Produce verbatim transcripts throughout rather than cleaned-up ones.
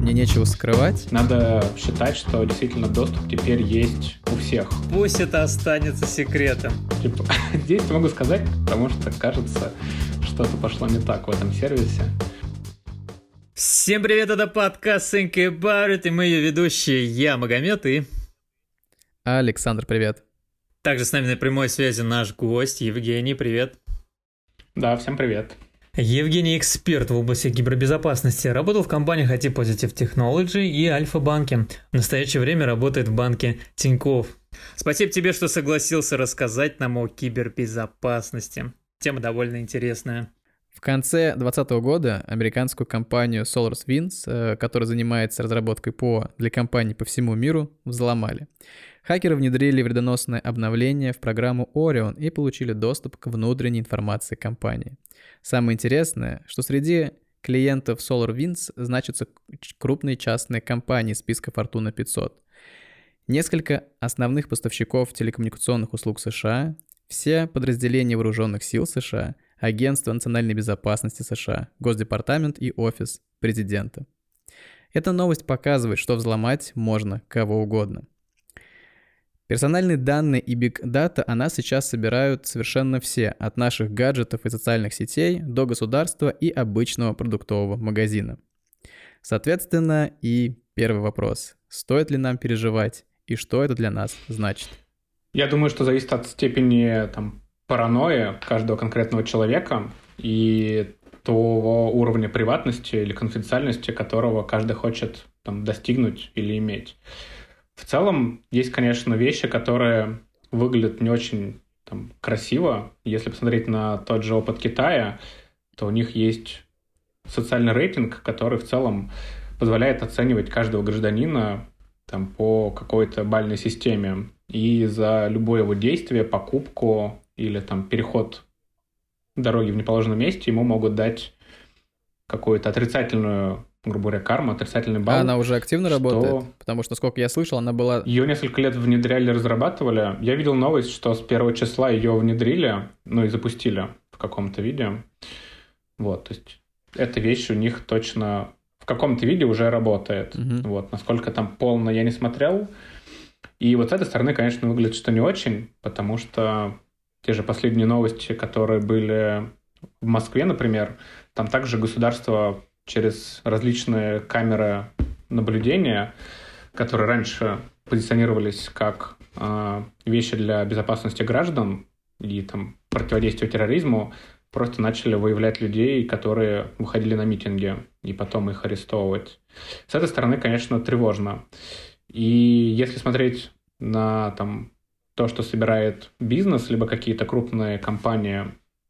мне нечего скрывать. Надо считать, что действительно доступ теперь есть у всех. Пусть это останется секретом. Типа, здесь не могу сказать, потому что кажется, что-то пошло не так в этом сервисе. Всем привет, это подкаст Think About It, и мы ее ведущие, я Магомед и... Александр, привет. Также с нами на прямой связи наш гость Евгений, привет. Да, всем привет. Евгений эксперт в области кибербезопасности, работал в компаниях ай ти Positive Technology и Альфа-банке. В настоящее время работает в банке Тинькофф. Спасибо тебе, что согласился рассказать нам о кибербезопасности. Тема довольно интересная. В конце двадцатого года американскую компанию SolarWinds, которая занимается разработкой ПО для компаний по всему миру, взломали. Хакеры внедрили вредоносное обновление в программу Orion и получили доступ к внутренней информации компании. Самое интересное, что среди клиентов SolarWinds значатся крупные частные компании списка Fortune пятьсот. Несколько основных поставщиков телекоммуникационных услуг США, все подразделения вооруженных сил США, Агентство национальной безопасности США, Госдепартамент и Офис президента. Эта новость показывает, что взломать можно кого угодно. Персональные данные и биг-дата о нас сейчас собирают совершенно все, от наших гаджетов и социальных сетей до государства и обычного продуктового магазина. Соответственно, и первый вопрос. Стоит ли нам переживать и что это для нас значит? Я думаю, что зависит от степени там, паранойи каждого конкретного человека и того уровня приватности или конфиденциальности, которого каждый хочет там, достигнуть или иметь. В целом, есть, конечно, вещи, которые выглядят не очень там, красиво. Если посмотреть на тот же опыт Китая, то у них есть социальный рейтинг, который в целом позволяет оценивать каждого гражданина там, по какой-то бальной системе. И за любое его действие, покупку или там, переход дороги в неположенном месте ему могут дать какую-то отрицательную, грубо говоря, карму, отрицательный балл. А она уже активно что... работает? Потому что, насколько я слышал, она была... Ее несколько лет внедряли, разрабатывали. Я видел новость, что с первого числа ее внедрили, ну и запустили в каком-то виде. Вот, то есть эта вещь у них точно в каком-то виде уже работает. Угу. Вот, насколько там полно, я не смотрел. И вот с этой стороны, конечно, выглядит, что не очень, потому что те же последние новости, которые были в Москве, например, там также государство через различные камеры наблюдения, которые раньше позиционировались как э, вещи для безопасности граждан и там, противодействия терроризму, просто начали выявлять людей, которые выходили на митинги, и потом их арестовывать. С этой стороны, конечно, тревожно. И если смотреть на там, то, что собирает бизнес, либо какие-то крупные компании,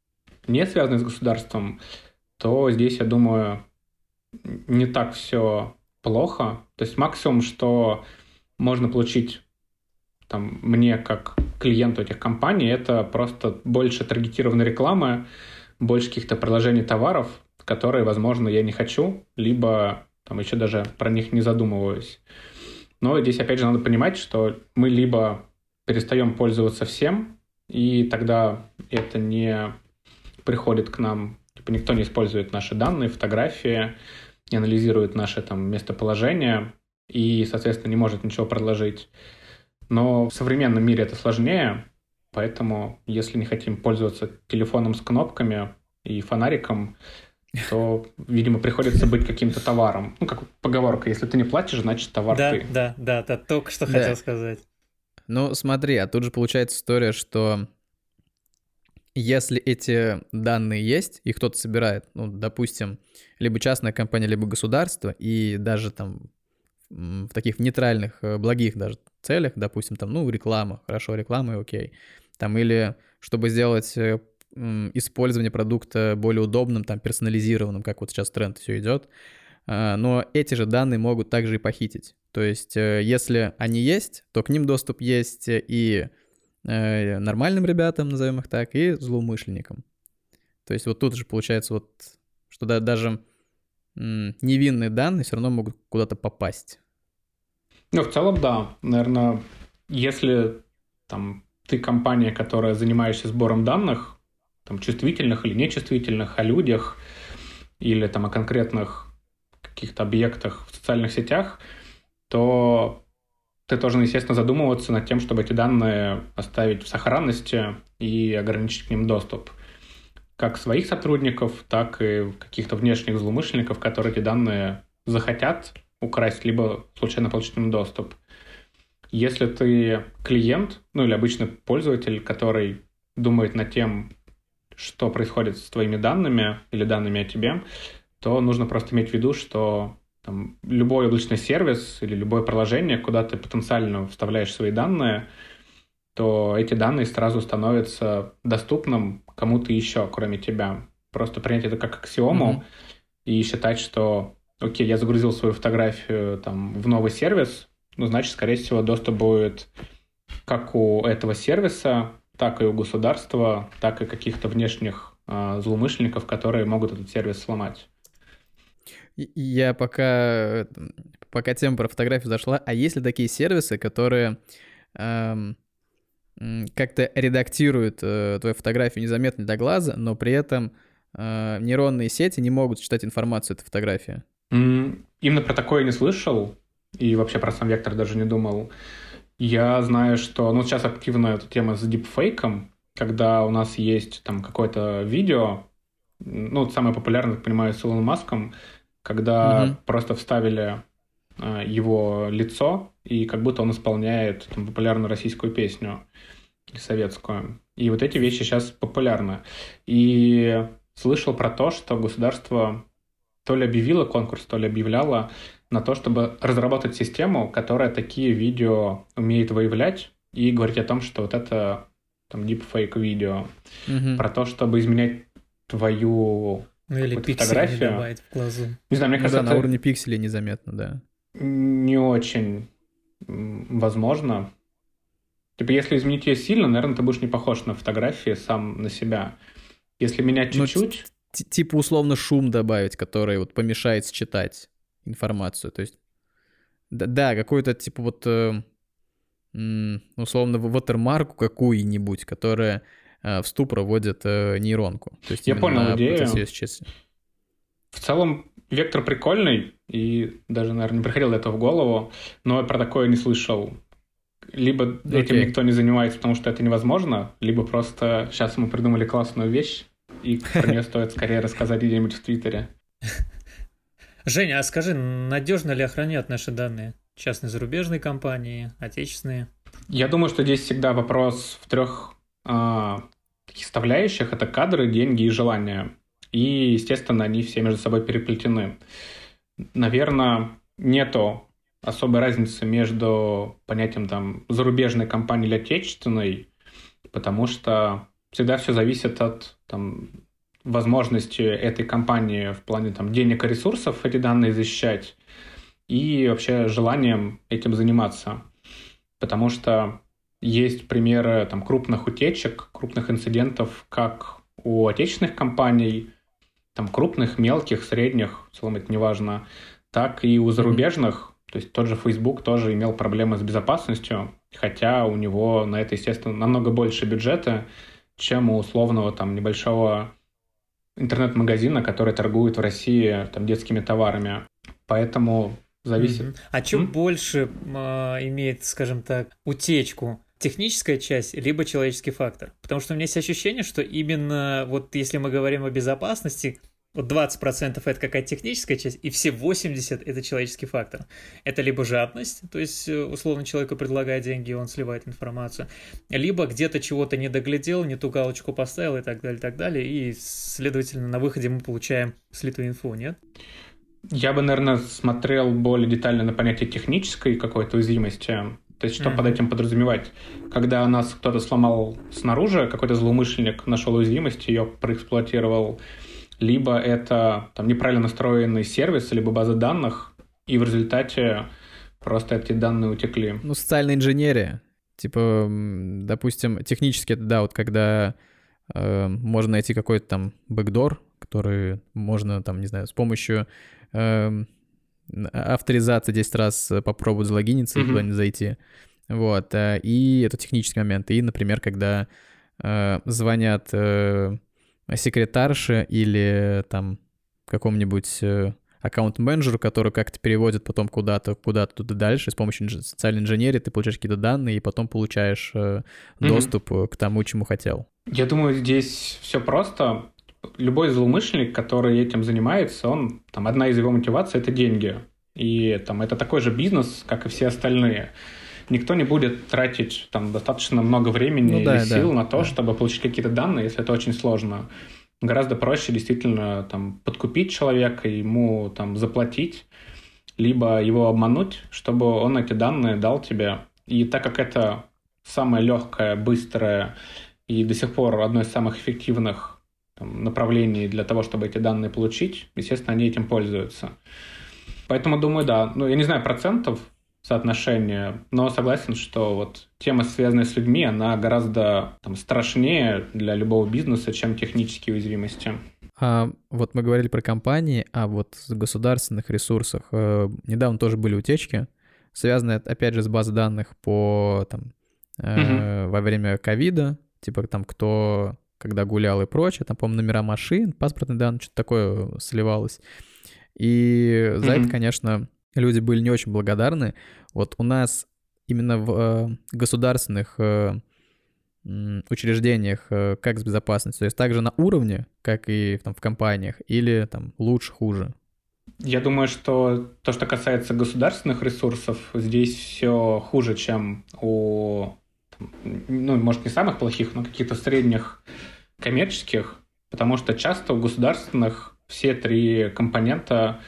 не связанные с государством, то здесь, я думаю, не так все плохо. То есть максимум, что можно получить там, мне как клиенту этих компаний, это просто больше таргетированной рекламы, больше каких-то предложений товаров, которые, возможно, я не хочу, либо там, еще даже про них не задумываюсь. Но здесь, опять же, надо понимать, что мы либо перестаем пользоваться всем, и тогда это не приходит к нам, типа никто не использует наши данные, фотографии, не анализирует наше там, местоположение и, соответственно, не может ничего предложить. Но в современном мире это сложнее, поэтому если не хотим пользоваться телефоном с кнопками и фонариком, то, видимо, приходится быть каким-то товаром. Ну, как поговорка, если ты не платишь, значит, товар да, ты. Да, да, да, только что Да. хотел сказать. Ну, смотри, а тут же получается история, что если эти данные есть, и кто-то собирает, ну, допустим, либо частная компания, либо государство, и даже там в таких нейтральных, благих даже целях, допустим, там, ну, реклама, хорошо, реклама, окей, там, или чтобы сделать использование продукта более удобным, там, персонализированным, как вот сейчас тренд все идет, но эти же данные могут также и похитить. То есть, если они есть, то к ним доступ есть и нормальным ребятам, назовем их так, и злоумышленникам. То есть вот тут же получается вот, что да, даже м, невинные данные все равно могут куда-то попасть. Ну, в целом, да. Наверное, если там, ты компания, которая занимаешься сбором данных, там, чувствительных или нечувствительных, о людях или там, о конкретных каких-то объектах в социальных сетях, то ты должен, естественно, задумываться над тем, чтобы эти данные оставить в сохранности и ограничить к ним доступ. Как своих сотрудников, так и каких-то внешних злоумышленников, которые эти данные захотят украсть, либо случайно получить им доступ. Если ты клиент, ну или обычный пользователь, который думает над тем, что происходит с твоими данными или данными о тебе, то нужно просто иметь в виду, что там, любой облачный сервис или любое приложение, куда ты потенциально вставляешь свои данные, то эти данные сразу становятся доступным кому-то еще, кроме тебя. Просто принять это как аксиому mm-hmm. и считать, что окей, я загрузил свою фотографию там, в новый сервис, ну, значит, скорее всего, доступ будет как у этого сервиса, так и у государства, так и каких-то внешних э, злоумышленников, которые могут этот сервис сломать. Я пока, пока тема про фотографию зашла, а есть ли такие сервисы, которые эм, как-то редактируют э, твою фотографию незаметно для глаза, но при этом э, нейронные сети не могут читать информацию этой фотографии? Mm, именно про такое я не слышал, и вообще про сам вектор даже не думал. Я знаю, что ну, сейчас активна эта тема с дипфейком, когда у нас есть там какое-то видео, ну, самое популярное, так понимаю, с Илоном Маском, когда mm-hmm. просто вставили э, его лицо, и как будто он исполняет там, популярную российскую песню или советскую. И вот эти вещи сейчас популярны. И слышал про то, что государство то ли объявило конкурс, то ли объявляло на то, чтобы разработать систему, которая такие видео умеет выявлять и говорить о том, что вот это там deepfake видео. Mm-hmm. Про то, чтобы изменять твою ну, или фотографию. Не добавить в глазу. Не знаю, мне ну, кажется, да, это на уровне пикселей незаметно, да. Не очень возможно. Типа, если изменить ее сильно, наверное, ты будешь не похож на фотографии сам на себя. Если менять чуть-чуть... Ну, типа условно шум добавить, который вот помешает считать информацию. То есть, да, да какой-то типа вот э, условно watermark какую-нибудь, которая э, в ступор вводит э, нейронку. То есть я понял идею. Сейчас... В целом вектор прикольный, и даже, наверное, не приходило до этого в голову, но я про такое не слышал. Либо okay. этим никто не занимается, потому что это невозможно, либо просто сейчас мы придумали классную вещь, и про нее стоит скорее рассказать где-нибудь в Твиттере. Женя, а скажи, надежно ли охраняют наши данные? Частные зарубежные компании, отечественные? Я думаю, что здесь всегда вопрос в трех а, таких составляющих. Это кадры, деньги и желания. И, естественно, они все между собой переплетены. Наверное, нету особой разницы между понятием там, зарубежной компании или отечественной, потому что всегда все зависит от там, возможности этой компании в плане там, денег и ресурсов эти данные защищать и вообще желанием этим заниматься. Потому что есть примеры там, крупных утечек, крупных инцидентов как у отечественных компаний, там, крупных, мелких, средних, в целом это не важно, так и у зарубежных. То есть тот же Facebook тоже имел проблемы с безопасностью, хотя у него на это, естественно, намного больше бюджета, чем у условного там, небольшого интернет-магазина, который торгует в России там, детскими товарами. Поэтому зависит. Mm-hmm. А чем mm-hmm. больше э, имеет, скажем так, утечку? Техническая часть, либо человеческий фактор? Потому что у меня есть ощущение, что именно вот если мы говорим о безопасности, вот двадцать процентов это какая-то техническая часть, и все восемьдесят процентов это человеческий фактор. Это либо жадность, то есть условно человеку предлагает деньги, и он сливает информацию, либо где-то чего-то не доглядел, не ту галочку поставил и так далее, и так далее, и, следовательно, на выходе мы получаем слитую инфу, нет? Я бы, наверное, смотрел более детально на понятие технической какой-то уязвимости. То есть что mm-hmm. под этим подразумевать? Когда нас кто-то сломал снаружи, какой-то злоумышленник нашел уязвимость, ее проэксплуатировал, либо это там, неправильно настроенный сервис, либо база данных, и в результате просто эти данные утекли. Ну, социальная инженерия. Типа, допустим, технически это, да, вот когда э, можно найти какой-то там бэкдор, который можно, там, не знаю, с помощью э, авторизации десять раз попробовать залогиниться mm-hmm. и куда-нибудь зайти. Вот. И это технический момент. И, например, когда э, звонят э, секретарше или там какому-нибудь э, аккаунт-менеджеру, который как-то переводит потом куда-то, куда-то туда дальше. С помощью инж... социальной инженерии ты получаешь какие-то данные и потом получаешь э, доступ mm-hmm. к тому, чему хотел. Я думаю, здесь все просто. Любой злоумышленник, который этим занимается, он, там, одна из его мотиваций – это деньги. И там, это такой же бизнес, как и все остальные. Никто не будет тратить там, достаточно много времени ну, да, или сил да, на то, да. чтобы получить какие-то данные, если это очень сложно. Гораздо проще действительно там, подкупить человека, ему там, заплатить, либо его обмануть, чтобы он эти данные дал тебе. И так как это самое легкое, быстрое и до сих пор одно из самых эффективных там, направлений для того, чтобы эти данные получить, естественно, они этим пользуются. Поэтому думаю, да, ну, я не знаю процентов соотношения, но согласен, что вот тема, связанная с людьми, она гораздо там, страшнее для любого бизнеса, чем технические уязвимости. А вот мы говорили про компании, а вот в государственных ресурсах э, недавно тоже были утечки, связанные, опять же, с баз данных по там э, угу. во время ковида, типа там кто когда гулял и прочее, там, по-моему, номера машин, паспортные данные, что-то такое сливалось. И за mm-hmm. это, конечно, люди были не очень благодарны. Вот у нас именно в э, государственных э, учреждениях э, как с безопасностью, то есть также на уровне, как и там, в компаниях, или там лучше, хуже? Я думаю, что то, что касается государственных ресурсов, здесь все хуже, чем у, там, ну, может, не самых плохих, но каких-то средних коммерческих, потому что часто у государственных все три компонента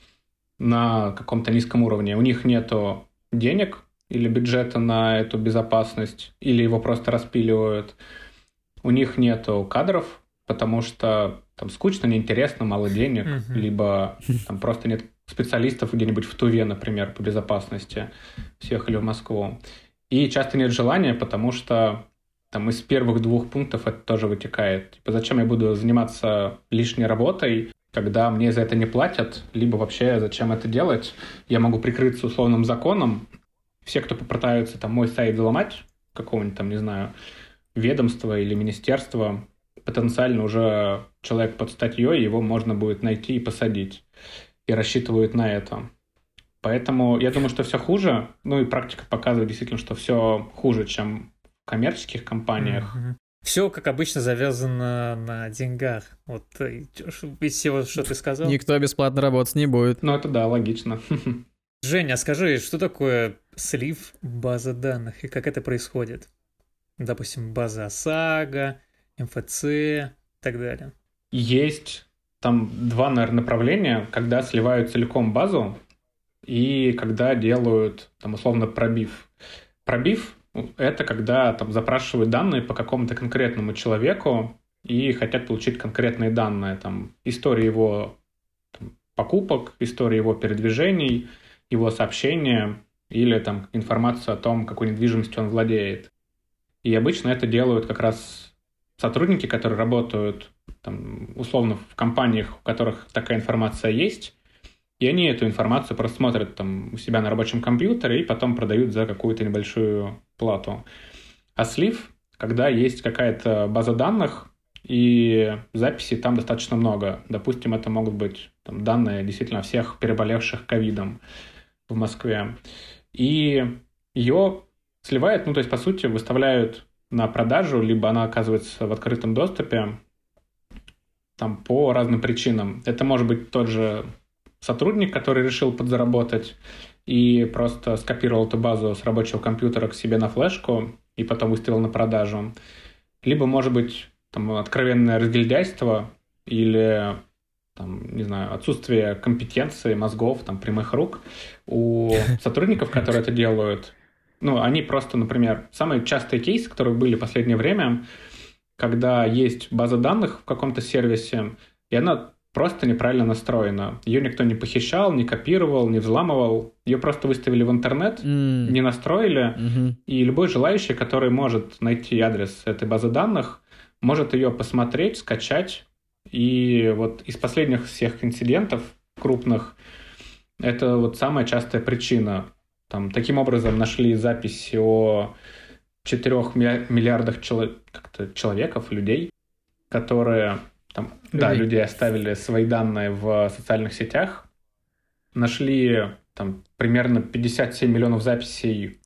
на каком-то низком уровне. У них нету денег или бюджета на эту безопасность, или его просто распиливают. У них нету кадров, потому что там скучно, неинтересно, мало денег, uh-huh. либо там просто нет специалистов где-нибудь в Туве, например, по безопасности. Съехали в Москву. И часто нет желания, потому что там из первых двух пунктов это тоже вытекает. Типа, зачем я буду заниматься лишней работой, когда мне за это не платят, либо вообще зачем это делать? Я могу прикрыться условным законом. Все, кто попытаются там мой сайт взломать, какого-нибудь там, не знаю, ведомства или министерства, потенциально уже человек под статьей, его можно будет найти и посадить. И рассчитывают на это. Поэтому я думаю, что все хуже. Ну и практика показывает действительно, что все хуже, чем в коммерческих компаниях. Mm-hmm. Все, как обычно, завязано на деньгах. Вот из всего, что ты сказал. Никто бесплатно работать не будет. Ну это да, логично. Женя, а скажи, что такое слив базы данных и как это происходит? Допустим, база ОСАГО, эм эф цэ и так далее. Есть там два, наверное, направления, когда сливают целиком базу и когда делают, там, условно, пробив. Пробив — это когда там запрашивают данные по какому-то конкретному человеку и хотят получить конкретные данные, там, история его там, покупок, история его передвижений, его сообщения или там информацию о том, какой недвижимостью он владеет. И обычно это делают как раз сотрудники, которые работают там, условно в компаниях, у которых такая информация есть, и они эту информацию просто смотрят там, у себя на рабочем компьютере и потом продают за какую-то небольшую плату. А слив, когда есть какая-то база данных, и записей там достаточно много. Допустим, это могут быть там, данные действительно всех переболевших ковидом в Москве. И ее сливают, ну, то есть, по сути, выставляют на продажу, либо она оказывается в открытом доступе там, по разным причинам. Это может быть тот же сотрудник, который решил подзаработать и просто скопировал эту базу с рабочего компьютера к себе на флешку и потом выставил на продажу. Либо, может быть, там, откровенное разгильдяйство или, там, не знаю, отсутствие компетенции, мозгов, там, прямых рук у сотрудников, которые это делают. Ну, они просто, например, самые частые кейсы, которые были в последнее время, когда есть база данных в каком-то сервисе, и она просто неправильно настроена. Ее никто не похищал, не копировал, не взламывал. Ее просто выставили в интернет, mm. не настроили, mm-hmm. и любой желающий, который может найти адрес этой базы данных, может ее посмотреть, скачать. И вот из последних всех инцидентов крупных это вот самая частая причина. Там, таким образом нашли записи о четырех миллиардах чело- как-то человеков, людей, которые там, да, людей оставили свои данные в социальных сетях, нашли там примерно пятьдесят семь миллионов записей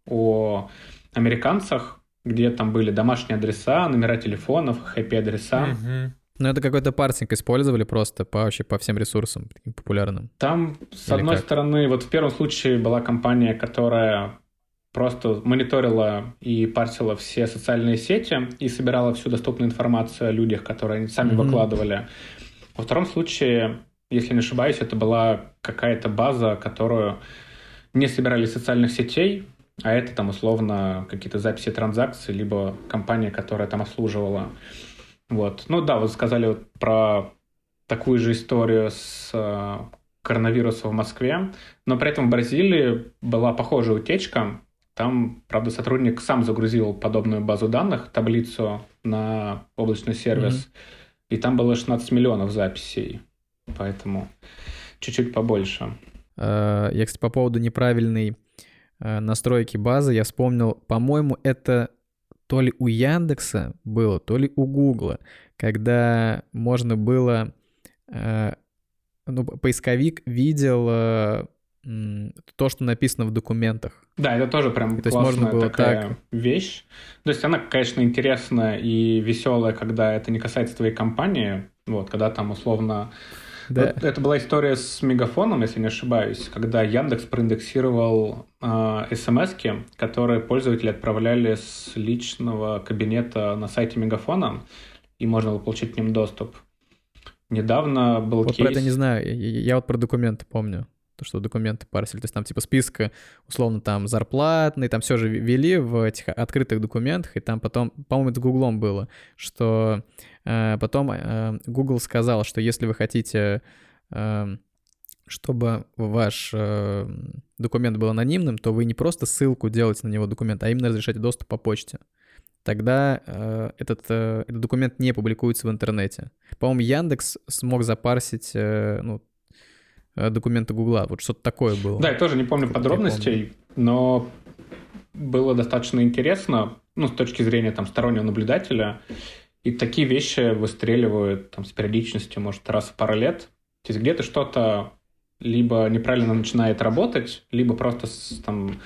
о американцах, где там были домашние адреса, номера телефонов, ай пи-адреса. Мгм. Ну, это какой-то парсинг использовали просто по, вообще по всем ресурсам таким популярным. Там, с Или одной как? стороны, вот в первом случае была компания, которая просто мониторила и парсила все социальные сети и собирала всю доступную информацию о людях, которые они сами Мгм. выкладывали. Во втором случае, если не ошибаюсь, это была какая-то база, которую не собирали из социальных сетей, а это там условно какие-то записи транзакций, либо компания, которая там обслуживала. Вот. Ну да, вы сказали вот про такую же историю с э, коронавирусом в Москве, но при этом в Бразилии была похожая утечка. Там, правда, сотрудник сам загрузил подобную базу данных, таблицу на облачный сервис, и там было шестнадцать миллионов записей, поэтому чуть-чуть побольше. Э, Я, кстати, по поводу неправильной э, настройки базы, я вспомнил, по-моему, это то ли у Яндекса было, то ли у Гугла, когда можно было, э, ну, поисковик видел э, м, то, что написано в документах. Да, это тоже прям То есть можно классная было такая так. вещь. То есть она, конечно, интересная и веселая, когда это не касается твоей компании. Вот, когда там условно... Да. Вот это была история с Мегафоном, если не ошибаюсь, когда Яндекс проиндексировал э, смс-ки, которые пользователи отправляли с личного кабинета на сайте Мегафона, и можно было получить к ним доступ. Недавно был Вот кейс... про это не знаю. Я, я- я вот про документы помню. То, что документы парсили. То есть там типа списка, условно, там зарплатный, там все же ввели в этих открытых документах, и там потом, по-моему, это Гуглом было, что э, потом э, Google сказал, что если вы хотите, э, чтобы ваш э, документ был анонимным, то вы не просто ссылку делаете на него документ, а именно разрешаете доступ по почте. Тогда э, этот, э, этот документ не публикуется в интернете. По-моему, Яндекс смог запарсить э, ну, э, документы Гугла. Вот что-то такое было. Да, я тоже не помню Насколько я подробностей, но было достаточно интересно, ну, с точки зрения там стороннего наблюдателя. И такие вещи выстреливают там с периодичностью, может, раз в пару лет. То есть где-то что-то либо неправильно начинает работать, либо просто с, там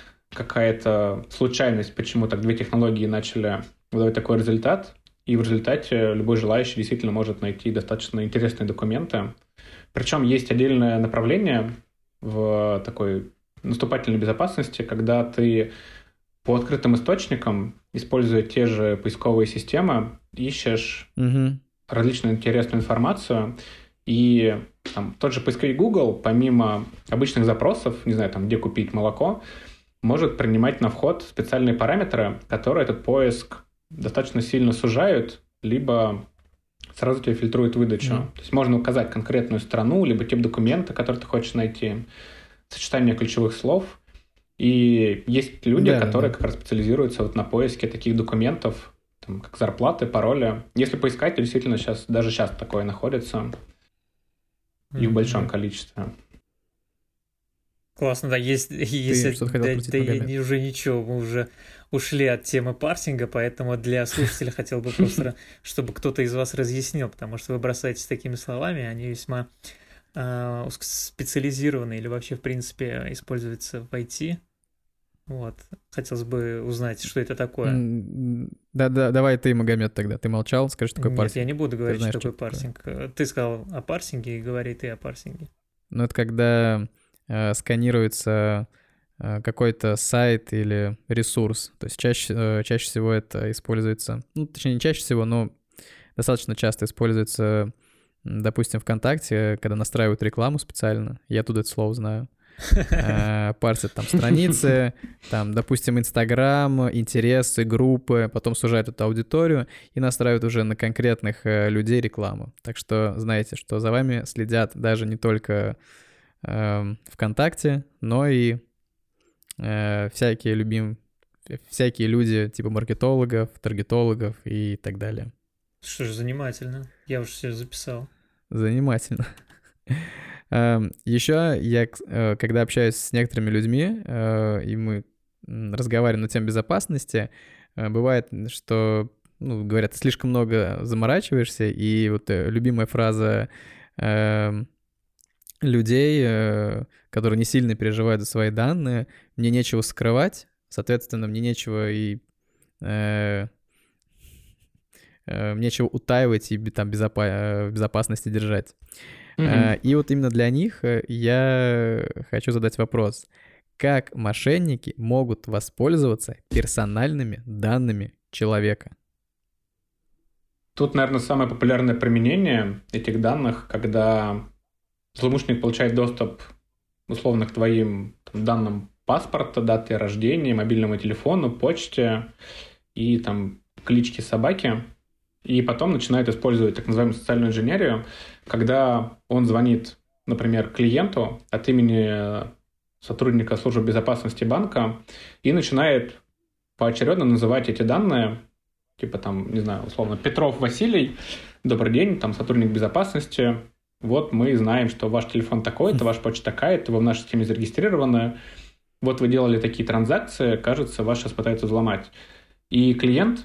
какая-то случайность, почему так две технологии начали выдавать такой результат. И в результате любой желающий действительно может найти достаточно интересные документы. Причем есть отдельное направление в такой наступательной безопасности, когда ты по открытым источникам, используя те же поисковые системы, ищешь Мгм. различную интересную информацию. И там, тот же поисковик Google, помимо обычных запросов, не знаю, там, где купить молоко, может принимать на вход специальные параметры, которые этот поиск достаточно сильно сужают, либо сразу тебе фильтрует выдачу. Мгм. То есть можно указать конкретную страну, либо тип документа, который ты хочешь найти, сочетание ключевых слов. И есть люди, Да, да, которые да. как раз специализируются вот на поиске таких документов, там, как зарплаты, пароли. Если поискать, то действительно сейчас, даже сейчас такое находится, и в большом Мгм. количестве. Классно, да, есть, если, что-то хотел да, спросить, да я Магомед? не- уже ничего, мы уже ушли от темы парсинга, поэтому для слушателя хотел бы просто, чтобы кто-то из вас разъяснил, потому что вы бросаетесь такими словами, они весьма а, узко- специализированные или вообще, в принципе, используются в ай ти. Вот, хотелось бы узнать, что это такое. М, Да, да, давай ты, Магомед, тогда. Ты молчал, скажи, что такое Нет, парсинг. я не буду говорить, знаешь, что такое что это такое. парсинг. Ты сказал о парсинге, и говори ты о парсинге. Ну, это когда э, сканируется э, какой-то сайт или ресурс. То есть чаще, э, чаще всего это используется, ну, точнее, не чаще всего, но достаточно часто используется, м, допустим, ВКонтакте, когда настраивают рекламу специально. Я оттуда это слово знаю. Э, Парсят там страницы, там, допустим, Инстаграм, интересы, группы, потом сужают эту аудиторию и настраивают уже на конкретных э, людей рекламу. Так что знаете, что за вами следят даже не только эм, ВКонтакте, но и э, всякие любим, всякие люди типа маркетологов, таргетологов и так далее. Что ж, занимательно. Я уже все записал. Занимательно. Эм, Еще я, к- э, когда общаюсь с некоторыми людьми, э, и мы м, разговариваем на тему безопасности, э, бывает, что, ну, говорят, ты слишком много заморачиваешься, и вот э, любимая фраза эм, людей, э, которые не сильно переживают за свои данные. Мне нечего скрывать, соответственно, мне нечего и э, э, нечего утаивать и там безопа- в безопасности держать. Mm-hmm. И вот именно для них я хочу задать вопрос. Как мошенники могут воспользоваться персональными данными человека? Тут, наверное, самое популярное применение этих данных, когда злоумышленник получает доступ, условно, к твоим там, данным паспорта, дате рождения, мобильному телефону, почте и там кличке собаки, и потом начинает использовать так называемую социальную инженерию, когда он звонит, например, клиенту от имени сотрудника службы безопасности банка и начинает поочередно называть эти данные, типа там, не знаю, условно, Петров Василий, добрый день, там сотрудник безопасности, вот мы знаем, что ваш телефон такой-то, ваша почта такая-то, вы в нашей системе зарегистрированы, вот вы делали такие транзакции, кажется, вас сейчас пытаются взломать. И клиент,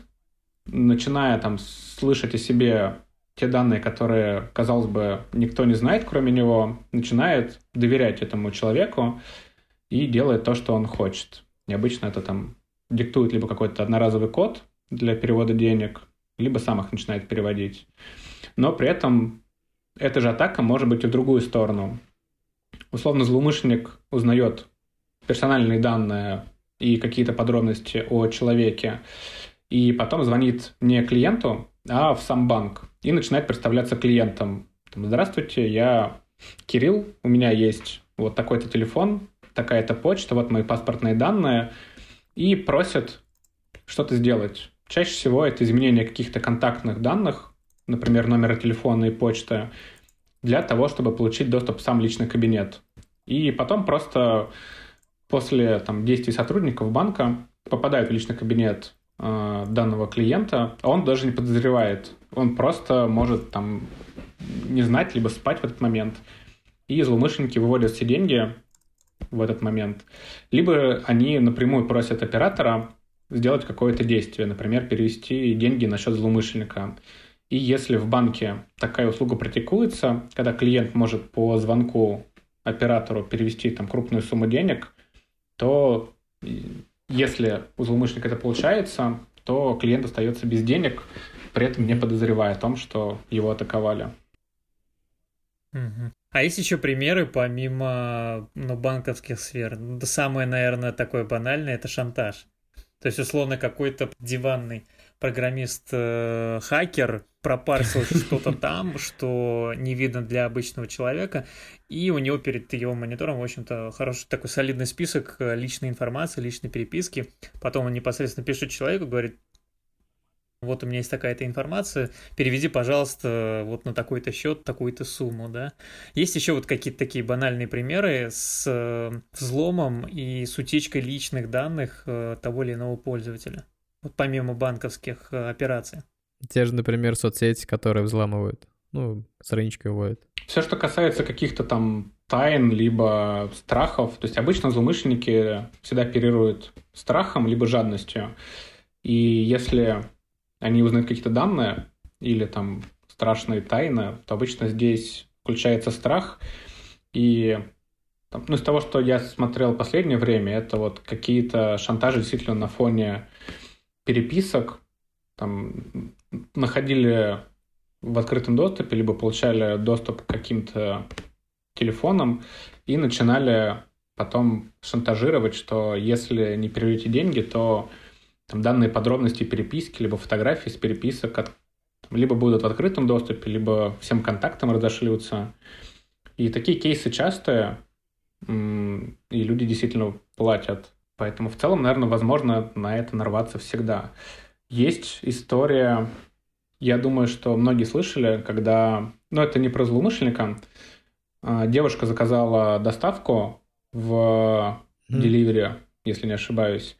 начиная там слышать о себе те данные, которые, казалось бы, никто не знает, кроме него, начинает доверять этому человеку и делает то, что он хочет. И обычно это там диктует либо какой-то одноразовый код для перевода денег, либо сам их начинает переводить. Но при этом эта же атака может быть и в другую сторону. Условно, злоумышленник узнает персональные данные и какие-то подробности о человеке, и потом звонит не клиенту, а в сам банк, и начинает представляться клиентом. Здравствуйте, я Кирилл, у меня есть вот такой-то телефон, такая-то почта, вот мои паспортные данные, и просят что-то сделать. Чаще всего это изменение каких-то контактных данных, например, номера телефона и почты, для того, чтобы получить доступ в сам личный кабинет. И потом просто после там, действий сотрудников банка попадают в личный кабинет э, данного клиента, а он даже не подозревает. Он просто может там не знать, либо спать в этот момент. И злоумышленники выводят все деньги в этот момент. Либо они напрямую просят оператора сделать какое-то действие, например, перевести деньги на счет злоумышленника. И если в банке такая услуга практикуется, когда клиент может по звонку оператору перевести там крупную сумму денег, то если у злоумышленника это получается, то клиент остается без денег, при этом не подозревая о том, что его атаковали. Угу. А есть еще примеры помимо ну, банковских сфер? Самое, наверное, такое банальное – это шантаж. То есть, условно, какой-то диванный программист-хакер пропарсил что-то там, что не видно для обычного человека, и у него перед его монитором, в общем-то, хороший такой солидный список личной информации, личной переписки. Потом он непосредственно пишет человеку, говорит: вот у меня есть такая-то информация, переведи, пожалуйста, вот на такой-то счет, такую-то сумму, да. Есть еще вот какие-то такие банальные примеры с взломом и с утечкой личных данных того или иного пользователя, вот помимо банковских операций. Те же, например, соцсети, которые взламывают, ну, страничкой вводят. Все, что касается каких-то там тайн, либо страхов, то есть обычно злоумышленники всегда оперируют страхом, либо жадностью. И если они узнают какие-то данные или там страшные тайны, то обычно здесь включается страх. И там, ну, из того, что я смотрел в последнее время, это вот какие-то шантажи действительно на фоне переписок, там находили в открытом доступе, либо получали доступ к каким-то телефонам и начинали потом шантажировать, что если не переведете деньги, то там данные подробности переписки, либо фотографии с переписок от, там, либо будут в открытом доступе, либо всем контактам разошлются. И такие кейсы частые, и люди действительно платят. Поэтому в целом, наверное, возможно на это нарваться всегда. Есть история, я думаю, что многие слышали, когда, ну это не про злоумышленника, девушка заказала доставку в Delivery, mm. если не ошибаюсь,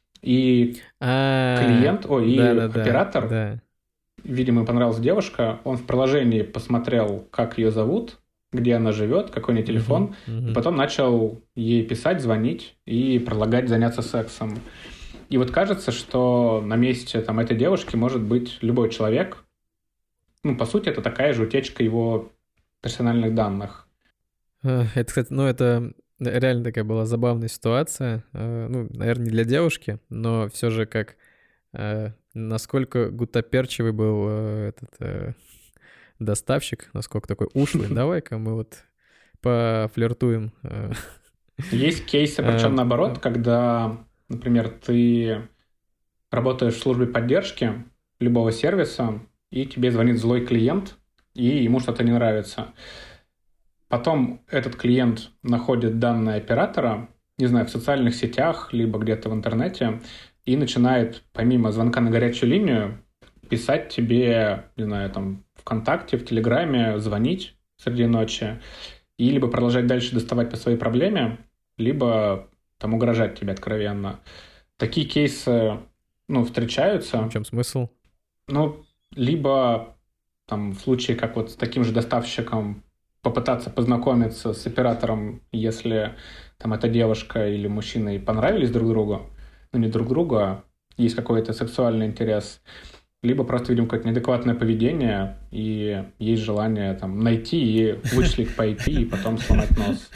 и А-а-а. клиент, ой, и да, да, оператор, да. видимо, понравилась девушка, он в приложении посмотрел, как ее зовут, где она живет, какой у нее телефон, mm-hmm. и потом начал ей писать, звонить и предлагать заняться сексом. И вот кажется, что на месте там, этой девушки может быть любой человек. Ну, по сути, это такая же утечка его персональных данных. Это, кстати, ну это реально такая была забавная ситуация. Ну, наверное, не для девушки, но все же как насколько гутоперчивый был этот доставщик, насколько такой ушлый. Давай-ка мы вот пофлиртуем. Есть кейсы, причем наоборот, когда, например, ты работаешь в службе поддержки любого сервиса, и тебе звонит злой клиент, и ему что-то не нравится. Потом этот клиент находит данные оператора, не знаю, в социальных сетях, либо где-то в интернете, и начинает, помимо звонка на горячую линию, писать тебе, не знаю, там, ВКонтакте, в Телеграме, звонить среди ночи, и либо продолжать дальше доставать по своей проблеме, либо там угрожать тебе откровенно. Такие кейсы, ну, встречаются. В чем смысл? Ну, либо там в случае, как вот с таким же доставщиком, попытаться познакомиться с оператором, если там эта девушка или мужчина и понравились друг другу, ну, не друг другу, а есть какой-то сексуальный интерес, либо просто видим какое-то неадекватное поведение, и есть желание там найти и вычислить по ай пи, и потом сломать нос.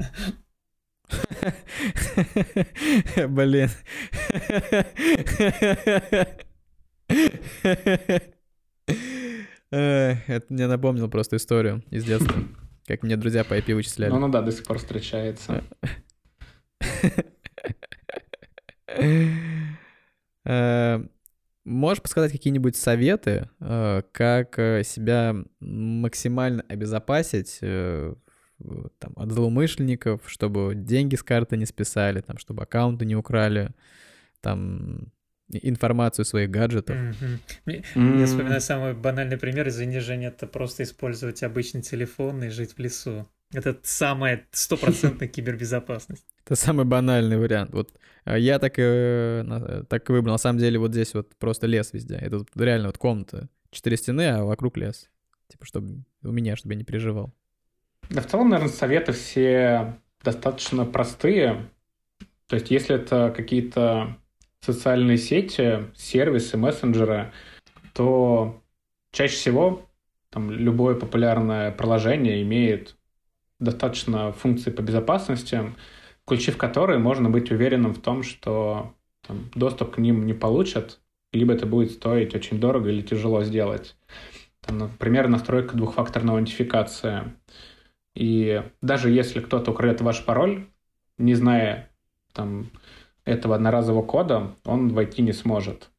Блин. Это мне напомнил просто историю из детства, как мне друзья по ай пи вычисляли. Ну, ну да, до сих пор встречается. Можешь подсказать какие-нибудь советы, как себя максимально обезопасить там, от злоумышленников, чтобы деньги с карты не списали, там, чтобы аккаунты не украли, там, информацию своих гаджетов? Mm-hmm. Mm-hmm. Я вспоминаю самый банальный пример, извини, Женя, это просто использовать обычный телефон и жить в лесу. Это самая стопроцентная кибербезопасность. Это самый банальный вариант. Вот я так и, так и выбрал. На самом деле вот здесь вот просто лес везде. Это реально вот комната. Четыре стены, а вокруг лес. Типа, чтобы у меня, чтобы я не переживал. Да, в целом, наверное, советы все достаточно простые. То есть, если это какие-то социальные сети, сервисы, мессенджеры, то чаще всего там, любое популярное приложение имеет достаточно функций по безопасности, включив которые можно быть уверенным в том, что там, доступ к ним не получат, либо это будет стоить очень дорого или тяжело сделать. Там, например, настройка двухфакторной аутентификации. И даже если кто-то украдет ваш пароль, не зная там, этого одноразового кода, он войти не сможет.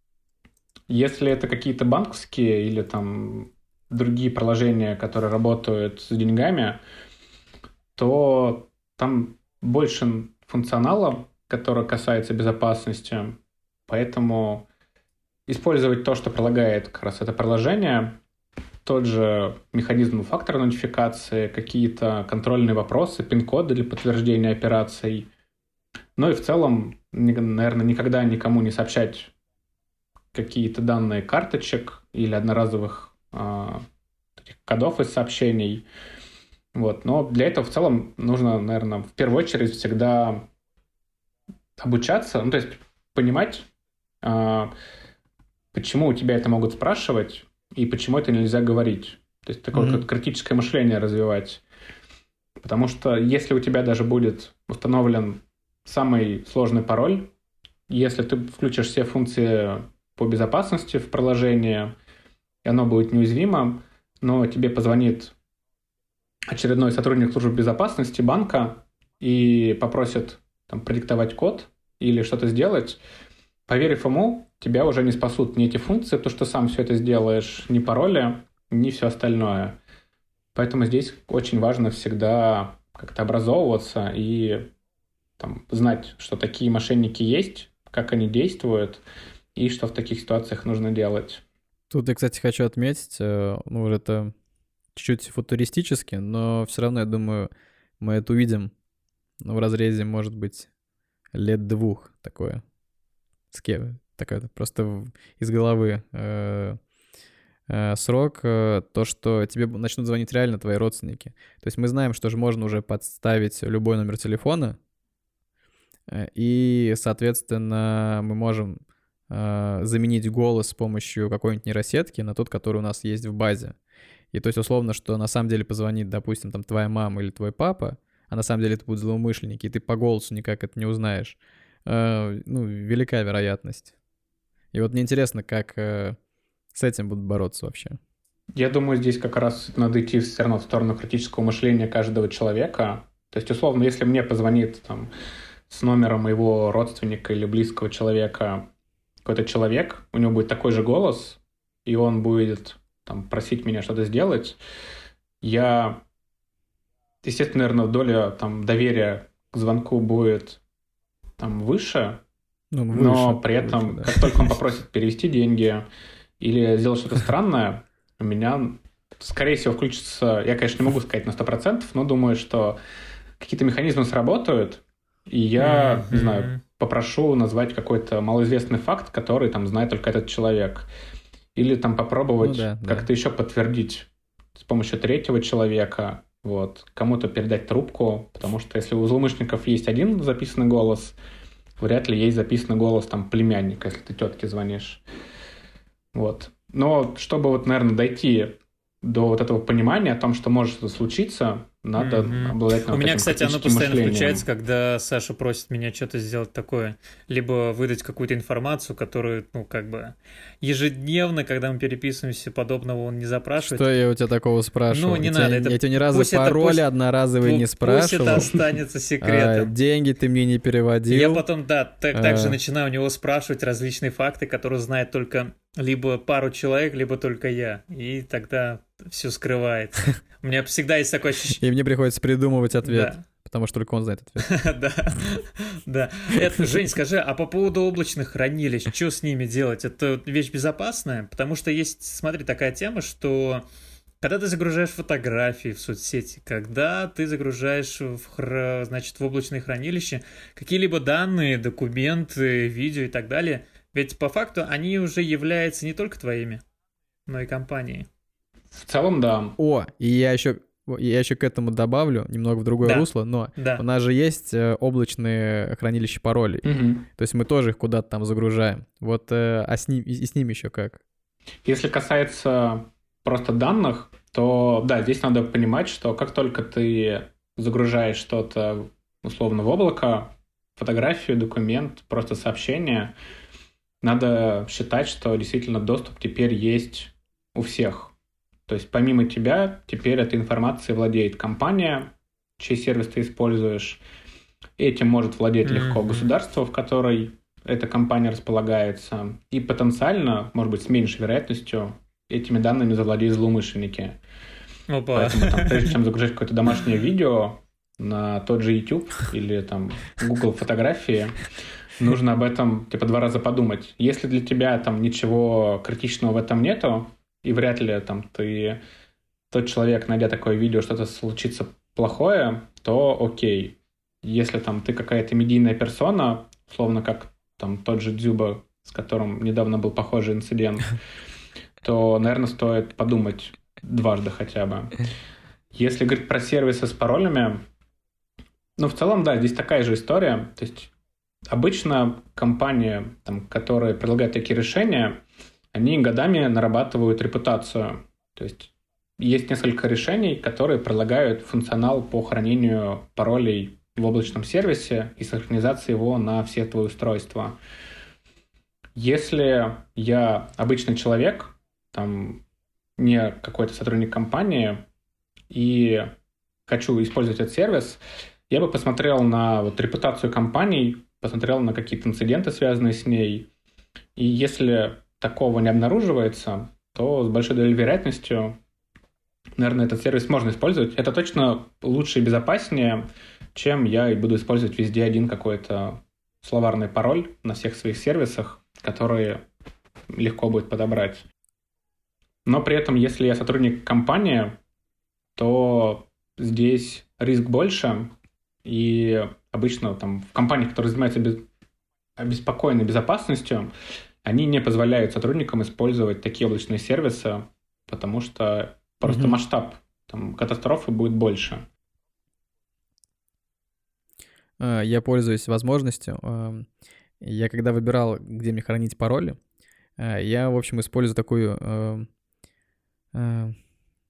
Если это какие-то банковские или там другие приложения, которые работают с деньгами, то там больше функционала, который касается безопасности, поэтому использовать то, что предлагает как раз это приложение, тот же механизм фактора нотификации, какие-то контрольные вопросы, пин-коды для подтверждения операций. Ну и в целом, наверное, никогда никому не сообщать какие-то данные карточек или одноразовых э, кодов из сообщений. Вот. Но для этого в целом нужно, наверное, в первую очередь всегда обучаться, ну то есть понимать, э, почему у тебя это могут спрашивать, и почему это нельзя говорить. То есть такое mm-hmm. критическое мышление развивать. Потому что если у тебя даже будет установлен самый сложный пароль, если ты включишь все функции по безопасности в приложении, и оно будет неуязвимо, но тебе позвонит очередной сотрудник службы безопасности банка и попросит там, продиктовать код или что-то сделать, поверив ему, тебя уже не спасут ни эти функции, то, что сам все это сделаешь, ни пароли, ни все остальное. Поэтому здесь очень важно всегда как-то образовываться и там, знать, что такие мошенники есть, как они действуют, и что в таких ситуациях нужно делать. Тут я, кстати, хочу отметить, ну, это чуть-чуть футуристически, но все равно, я думаю, мы это увидим ну, в разрезе, может быть, лет двух такое. Скеп, такое просто из головы э, э, срок, э, то, что тебе начнут звонить реально твои родственники. То есть мы знаем, что же можно уже подставить любой номер телефона, э, и, соответственно, мы можем э, заменить голос с помощью какой-нибудь нейросетки на тот, который у нас есть в базе. И то есть условно, что на самом деле позвонит, допустим, там твоя мама или твой папа, а на самом деле это будут злоумышленники, и ты по голосу никак это не узнаешь. Э, ну, велика вероятность. И вот мне интересно, как э, с этим будут бороться вообще. Я думаю, здесь как раз надо идти все равно в сторону критического мышления каждого человека. То есть, условно, если мне позвонит там, с номера моего родственника или близкого человека какой-то человек, у него будет такой же голос, и он будет там, просить меня что-то сделать, я, естественно, наверное, доля там, доверия к звонку будет там, выше, ну, выше, но при этом, выше, да. Как только он попросит перевести деньги или сделать что-то странное, у меня, скорее всего, включится, я, конечно, не могу сказать на сто процентов, но думаю, что какие-то механизмы сработают, и я, mm-hmm. не знаю, попрошу назвать какой-то малоизвестный факт, который там знает только этот человек. Или там попробовать ну, да, как-то да. еще подтвердить с помощью третьего человека, вот, кому-то передать трубку, потому что если у злоумышленников есть один записанный голос, вряд ли есть записанный голос там племянника, если ты тетке звонишь. Вот. Но чтобы вот, наверное, дойти до вот этого понимания о том, что может что-то случиться, надо mm-hmm. обладать У меня, кстати, оно постоянно мышлением. Включается, когда Саша просит меня что-то сделать такое. Либо выдать какую-то информацию, которую, ну, как бы ежедневно, когда мы переписываемся, подобного он не запрашивает. Что я у тебя такого спрашивал? Ну, не я надо. Тебя, это... Я тебя ни разу пароли пусть... одноразовые пусть... не спрашивал. Пусть это останется секретом. А, деньги ты мне не переводил. Я потом, да, так, а... также начинаю у него спрашивать различные факты, которые знает только либо пару человек, либо только я. И тогда все скрывается. У меня всегда есть такое ощущение. И мне приходится придумывать ответ, да. потому что только он знает ответ. Да, да. Это, Жень, скажи, а по поводу облачных хранилищ, что с ними делать? Это вещь безопасная? Потому что есть, смотри, такая тема, что когда ты загружаешь фотографии в соцсети, когда ты загружаешь в, значит, в облачное хранилище какие-либо данные, документы, видео и так далее, ведь по факту они уже являются не только твоими, но и компанией. В целом, да. О, и я еще, я еще к этому добавлю немного в другое да. русло, но да. у нас же есть облачные хранилища паролей. Угу. То есть мы тоже их куда-то там загружаем. Вот, а с ним, и с ними еще как? Если касается просто данных, то да, здесь надо понимать, что как только ты загружаешь что-то условно в облако, фотографию, документ, просто сообщение, надо считать, что действительно доступ теперь есть у всех. То есть помимо тебя теперь этой информацией владеет компания, чей сервис ты используешь. Этим может владеть mm-hmm. легко государство, в которой эта компания располагается. И потенциально, может быть, с меньшей вероятностью, этими данными завладеют злоумышленники. Опа. Поэтому там, прежде чем загружать какое-то домашнее видео на тот же YouTube или там Google фотографии, нужно об этом типа два раза подумать. Если для тебя там ничего критичного в этом нету, и вряд ли там ты, тот человек, найдя такое видео, что-то случится плохое, то окей. Если там ты какая-то медийная персона, условно как там тот же Дзюба, с которым недавно был похожий инцидент, то, наверное, стоит подумать дважды хотя бы. Если говорить про сервисы с паролями, ну, в целом, да, здесь такая же история. То есть обычно компании, там, которые предлагают такие решения, они годами нарабатывают репутацию. То есть есть несколько решений, которые предлагают функционал по хранению паролей в облачном сервисе и синхронизации его на все твои устройства. Если я обычный человек, там, не какой-то сотрудник компании, и хочу использовать этот сервис, я бы посмотрел на вот, репутацию компании, посмотрел на какие-то инциденты, связанные с ней. И если такого не обнаруживается, то с большой долей вероятностью, наверное, этот сервис можно использовать. Это точно лучше и безопаснее, чем я и буду использовать везде один какой-то словарный пароль на всех своих сервисах, которые легко будет подобрать. Но при этом, если я сотрудник компании, то здесь риск больше, и обычно там, в компаниях, которые занимаются без... обеспокоенной безопасностью, они не позволяют сотрудникам использовать такие облачные сервисы, потому что просто mm-hmm. масштаб там, катастрофы будет больше. Я пользуюсь возможностью. Я когда выбирал, где мне хранить пароли, я, в общем, использую такую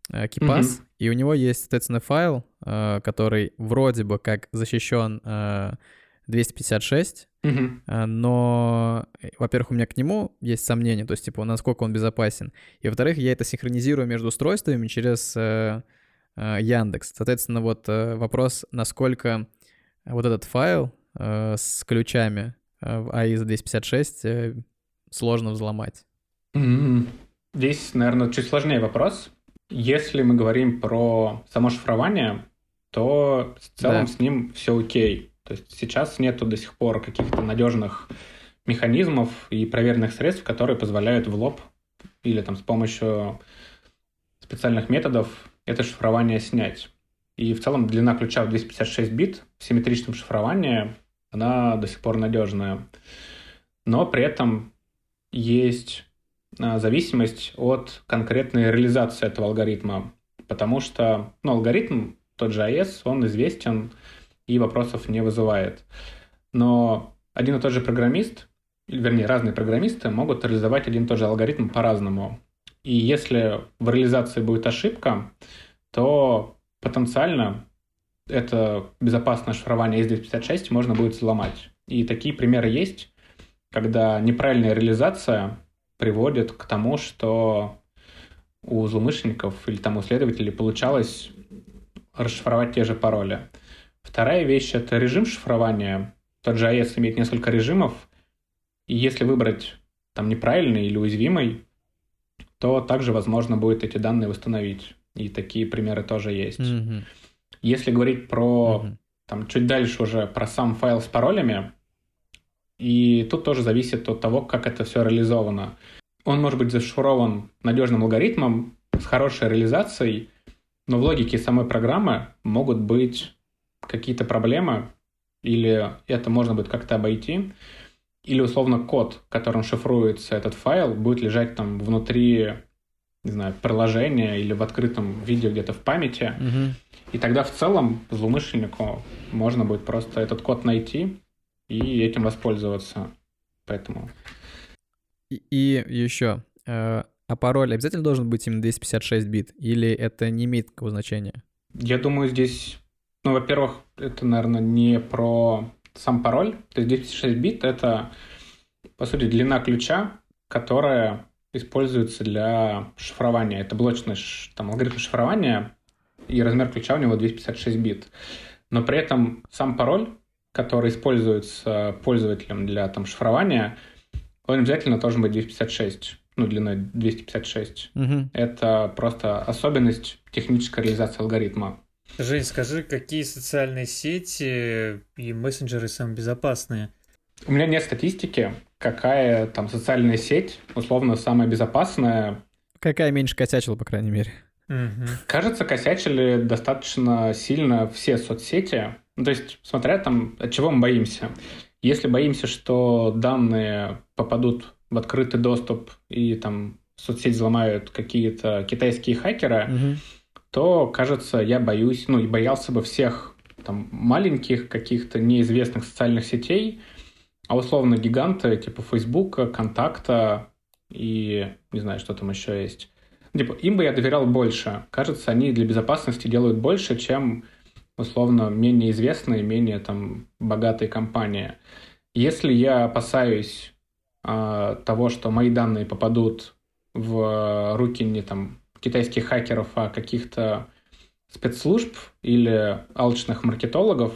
э, KeePass, Мгм. и у него есть, соответственно, файл, э, который вроде бы как защищен э, двести пятьдесят шесть, Мгм. э, но, э, во-первых, у меня к нему есть сомнения, то есть, типа, насколько он безопасен, и, во-вторых, я это синхронизирую между устройствами через э, э, Яндекс. Соответственно, вот э, вопрос, насколько вот этот файл э, с ключами э, в эй и эс двести пятьдесят шесть э, сложно взломать. М. Здесь, наверное, чуть сложнее вопрос. Если мы говорим про само шифрование, то в целом Да. с ним все окей. То есть сейчас нету до сих пор каких-то надежных механизмов и проверенных средств, которые позволяют в лоб или там с помощью специальных методов это шифрование снять. И в целом длина ключа в двести пятьдесят шесть бит в симметричном шифровании, она до сих пор надежная. Но при этом есть а, зависимость от конкретной реализации этого алгоритма. Потому что ну, алгоритм, тот же эй и эс, он известен и вопросов не вызывает. Но один и тот же программист, или, вернее, разные программисты могут реализовать один и тот же алгоритм по-разному. И если в реализации будет ошибка, то потенциально это безопасное шифрование эй и эс двести пятьдесят шесть можно будет взломать. И такие примеры есть, когда неправильная реализация приводит к тому, что у злоумышленников или там у следователей получалось расшифровать те же пароли. Вторая вещь — это режим шифрования. Тот же эй и эс имеет несколько режимов, и если выбрать там неправильный или уязвимый, то также возможно будет эти данные восстановить. И такие примеры тоже есть. Мгм. Если говорить про Мгм. там чуть дальше уже про сам файл с паролями, и тут тоже зависит от того, как это все реализовано. Он может быть зашифрован надежным алгоритмом с хорошей реализацией, но в логике самой программы могут быть какие-то проблемы, или это можно будет как-то обойти, или условно код, которым шифруется этот файл, будет лежать там внутри, не знаю, приложения или в открытом виде где-то в памяти. Мгм. И тогда в целом злоумышленнику можно будет просто этот код найти и этим воспользоваться. Поэтому... И, и еще, э, а пароль обязательно должен быть именно двести пятьдесят шесть бит, или это не имеет такого значения? Я думаю, здесь, ну, во-первых, это, наверное, не про сам пароль. То есть двести пятьдесят шесть бит — это, по сути, длина ключа, которая используется для шифрования. Это блочный ш- там, алгоритм шифрования, и размер ключа у него двести пятьдесят шесть бит. Но при этом сам пароль, который используется пользователем для там, шифрования, он обязательно должен быть двести пятьдесят шесть, ну, длиной двести пятьдесят шесть. Мгм. Это просто особенность технической реализации алгоритма. Жень, скажи, какие социальные сети и мессенджеры самые безопасные? У меня нет статистики, какая там социальная сеть, условно, самая безопасная. Какая меньше косячила, по крайней мере. Мгм. Кажется, косячили достаточно сильно все соцсети. Ну, то есть, смотря там, от чего мы боимся. Если боимся, что данные попадут в открытый доступ и там соцсеть взломают какие-то китайские хакеры, Мгм. то, кажется, я боюсь, ну и боялся бы всех там маленьких каких-то неизвестных социальных сетей, а условно гиганты типа Фейсбука, Контакта и не знаю, что там еще есть. Типа, им бы я доверял больше. Кажется, они для безопасности делают больше, чем условно менее известные, менее там богатые компании. Если я опасаюсь а, того, что мои данные попадут в руки не там китайских хакеров, а каких-то спецслужб или алчных маркетологов,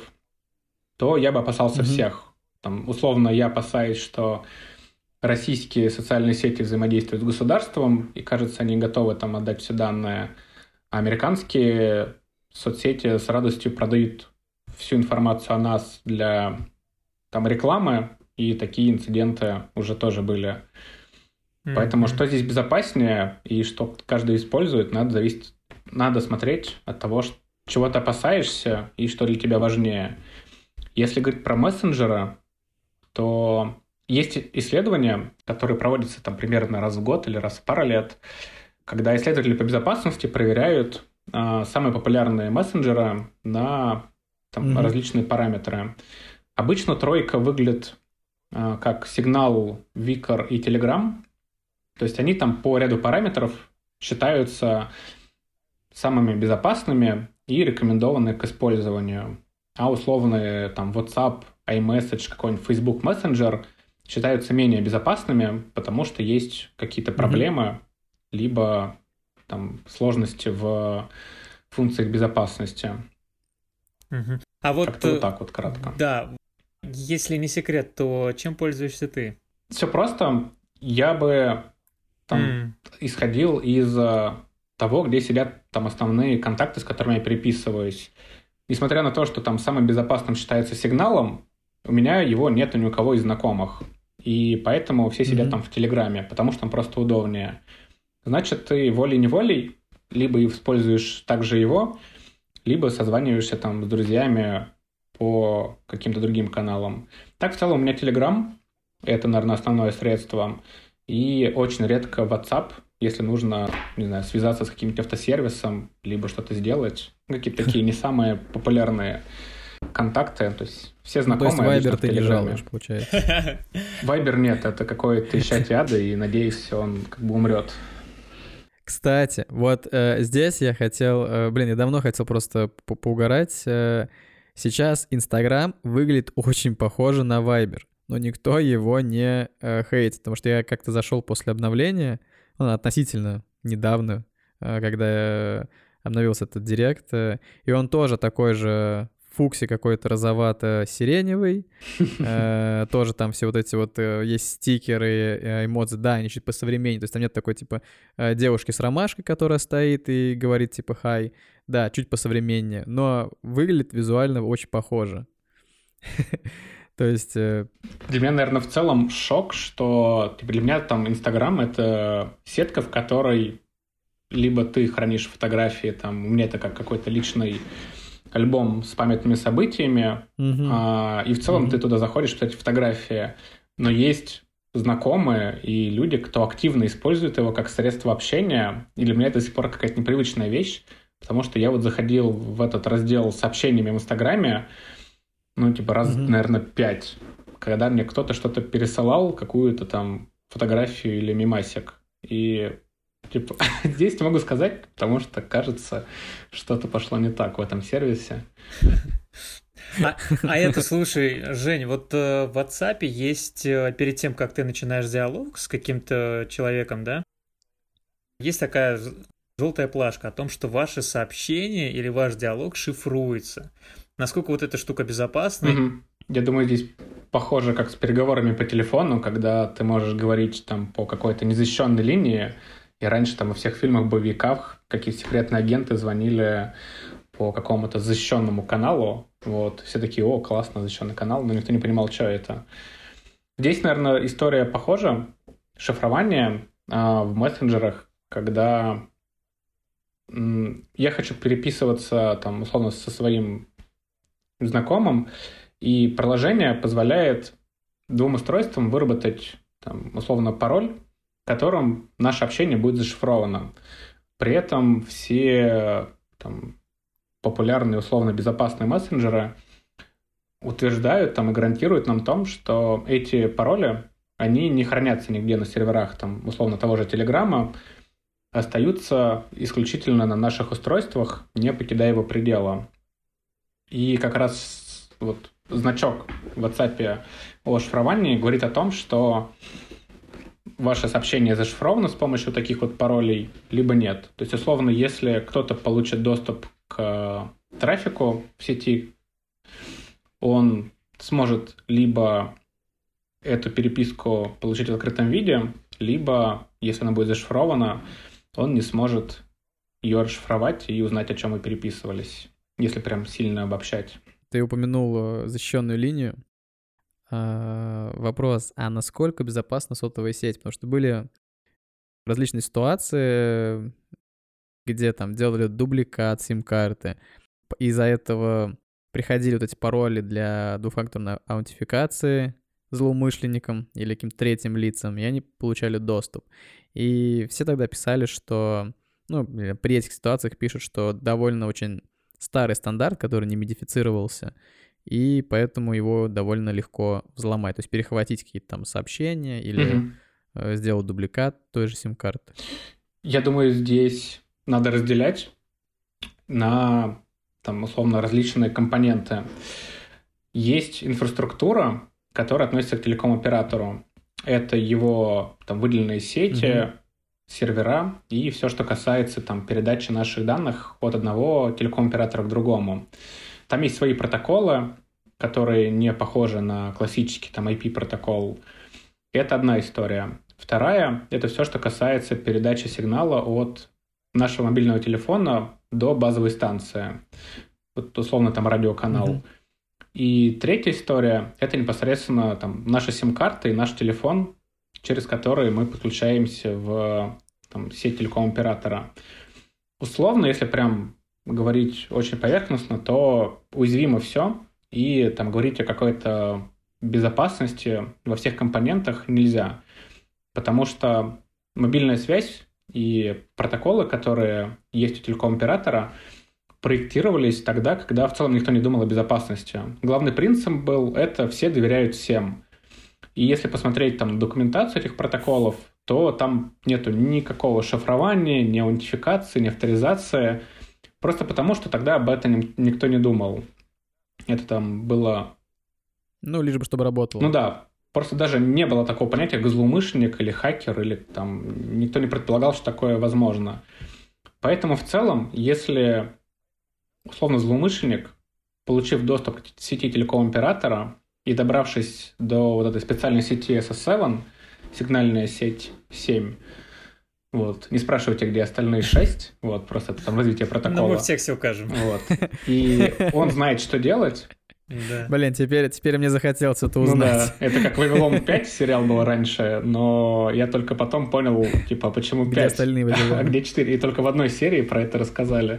то я бы опасался Мгм. всех. Там, условно, я опасаюсь, что российские социальные сети взаимодействуют с государством, и, кажется, они готовы там отдать все данные, а американские соцсети с радостью продают всю информацию о нас для там, рекламы, и такие инциденты уже тоже были. Поэтому Мгм. что здесь безопаснее и что каждый использует, надо зависеть, надо смотреть от того, ш- чего ты опасаешься и что для тебя важнее. Если говорить про мессенджера, то есть исследования, которые проводятся там примерно раз в год или раз в пару лет, когда исследователи по безопасности проверяют а, самые популярные мессенджеры на там, Мгм. различные параметры. Обычно тройка выглядит а, как Signal, Викар и Telegram. То есть они там по ряду параметров считаются самыми безопасными и рекомендованы к использованию. А условные там WhatsApp, iMessage, какой-нибудь Facebook Messenger считаются менее безопасными, потому что есть какие-то проблемы, mm-hmm. либо там сложности в функциях безопасности. Mm-hmm. А вот, как-то вот так вот кратко. Да, если не секрет, то чем пользуешься ты? Все просто. Я бы там mm. исходил из того, где сидят там основные контакты, с которыми я переписываюсь. Несмотря на то, что там самым безопасным считается сигналом, у меня его нет ни у кого из знакомых. И поэтому все сидят mm-hmm. там в Телеграме, потому что там просто удобнее. Значит, ты волей-неволей либо используешь также его, либо созваниваешься там с друзьями по каким-то другим каналам. Так, в целом, у меня Telegram, это, наверное, основное средство, и очень редко WhatsApp, если нужно, не знаю, связаться с каким-то автосервисом, либо что-то сделать. Какие-то такие не самые популярные контакты, то есть все знакомые. То есть Viber ты не жалуешь, получается? Viber нет, это какой-то исчадие ада, и, надеюсь, он как бы умрет. Кстати, вот э, здесь я хотел, э, блин, я давно хотел просто по- поугарать. Э, сейчас Instagram выглядит очень похоже на Viber, но никто его не э, хейтит, потому что я как-то зашел после обновления, ну, относительно недавно, э, когда я обновился этот директ, э, и он тоже такой же фукси какой-то розовато-сиреневый, э, тоже там все вот эти вот э, есть стикеры, э, эмодзи, да, они чуть посовременнее, то есть там нет такой типа э, девушки с ромашкой, которая стоит и говорит типа «хай», да, чуть посовременнее, но выглядит визуально очень похоже. То есть... Для меня, наверное, в целом шок, что типа, для меня там Инстаграм — это сетка, в которой либо ты хранишь фотографии, там, у меня это как какой-то личный альбом с памятными событиями, mm-hmm. а, и в целом mm-hmm. ты туда заходишь, писать фотографии, но есть знакомые и люди, кто активно использует его как средство общения, и для меня это до сих пор какая-то непривычная вещь, потому что я вот заходил в этот раздел с сообщениями в Инстаграме, ну, типа, раз, mm-hmm. наверное, пять, когда мне кто-то что-то пересылал, какую-то там фотографию или мемасик. И, типа, здесь не могу сказать, потому что, кажется, что-то пошло не так в этом сервисе. А, а это, слушай, Жень, вот э, в WhatsApp есть, э, перед тем, как ты начинаешь диалог с каким-то человеком, да, есть такая желтая плашка о том, что ваше сообщение или ваш диалог шифруется. Насколько вот эта штука безопасна? Угу. Я думаю, здесь похоже как с переговорами по телефону, когда ты можешь говорить там по какой-то незащищенной линии, и раньше там во всех фильмах, боевиках какие-то секретные агенты звонили по какому-то защищенному каналу, вот, все такие: о, классно, защищенный канал, но никто не понимал, что это. Здесь, наверное, история похожа. Шифрование а, в мессенджерах, когда м, я хочу переписываться там, условно, со своим знакомым, и приложение позволяет двум устройствам выработать там, условно пароль, которым наше общение будет зашифровано. При этом все там, популярные условно безопасные мессенджеры утверждают там, и гарантируют нам том, что эти пароли, они не хранятся нигде на серверах там, условно того же Телеграма, остаются исключительно на наших устройствах, не покидая его предела. И как раз вот значок в WhatsApp о шифровании говорит о том, что ваше сообщение зашифровано с помощью таких вот паролей, либо нет. То есть, условно, если кто-то получит доступ к трафику в сети, он сможет либо эту переписку получить в открытом виде, либо, если она будет зашифрована, он не сможет ее расшифровать и узнать, о чем мы переписывались. Если прям сильно обобщать. Ты упомянул защищенную линию. А, вопрос, а насколько безопасна сотовая сеть? Потому что были различные ситуации, где там делали дубликат сим-карты. Из-за этого приходили вот эти пароли для двухфакторной аутентификации злоумышленникам или каким-то третьим лицам, и они получали доступ. И все тогда писали, что... Ну, при этих ситуациях пишут, что довольно очень старый стандарт, который не модифицировался, и поэтому его довольно легко взломать. То есть перехватить какие-то там сообщения или mm-hmm. сделать дубликат той же сим-карты. Я думаю, здесь надо разделять на, там, условно, различные компоненты. Есть инфраструктура, которая относится к телеком-оператору. Это его там, выделенные сети, mm-hmm. сервера и все, что касается там, передачи наших данных от одного телеком-оператора к другому. Там есть свои протоколы, которые не похожи на классический там, ай пи-протокол. Это одна история. Вторая – это все, что касается передачи сигнала от нашего мобильного телефона до базовой станции. Вот, условно, там радиоканал. Mm-hmm. И третья история – это непосредственно там, наша сим-карта и наш телефон, через который мы подключаемся в там, сеть телеком-оператора. Условно, если прям говорить очень поверхностно, то уязвимо все, и там говорить о какой-то безопасности во всех компонентах нельзя, потому что мобильная связь и протоколы, которые есть у телеком-оператора, проектировались тогда, когда в целом никто не думал о безопасности. Главный принцип был – это все доверяют всем. И если посмотреть там документацию этих протоколов, то там нету никакого шифрования, ни аутентификации, ни авторизации, просто потому, что тогда об этом никто не думал. Это там было... Ну, лишь бы чтобы работало. Ну да, просто даже не было такого понятия, как злоумышленник или хакер, или там никто не предполагал, что такое возможно. Поэтому в целом, если условно злоумышленник, получив доступ к сети телеком-оператора и добравшись до вот этой специальной сети эс эс семь, сигнальная сеть семь, вот, не спрашивайте, где остальные шесть, вот, просто это там развитие протокола. Но мы в тексте укажем. Вот. И он знает, что делать. Да. Блин, теперь, теперь мне захотелось это узнать. Ну да, это как «Вавилон пять» сериал был раньше, но я только потом понял, типа, почему пять, где остальные Вавилоны? А где четыре, и только в одной серии про это рассказали.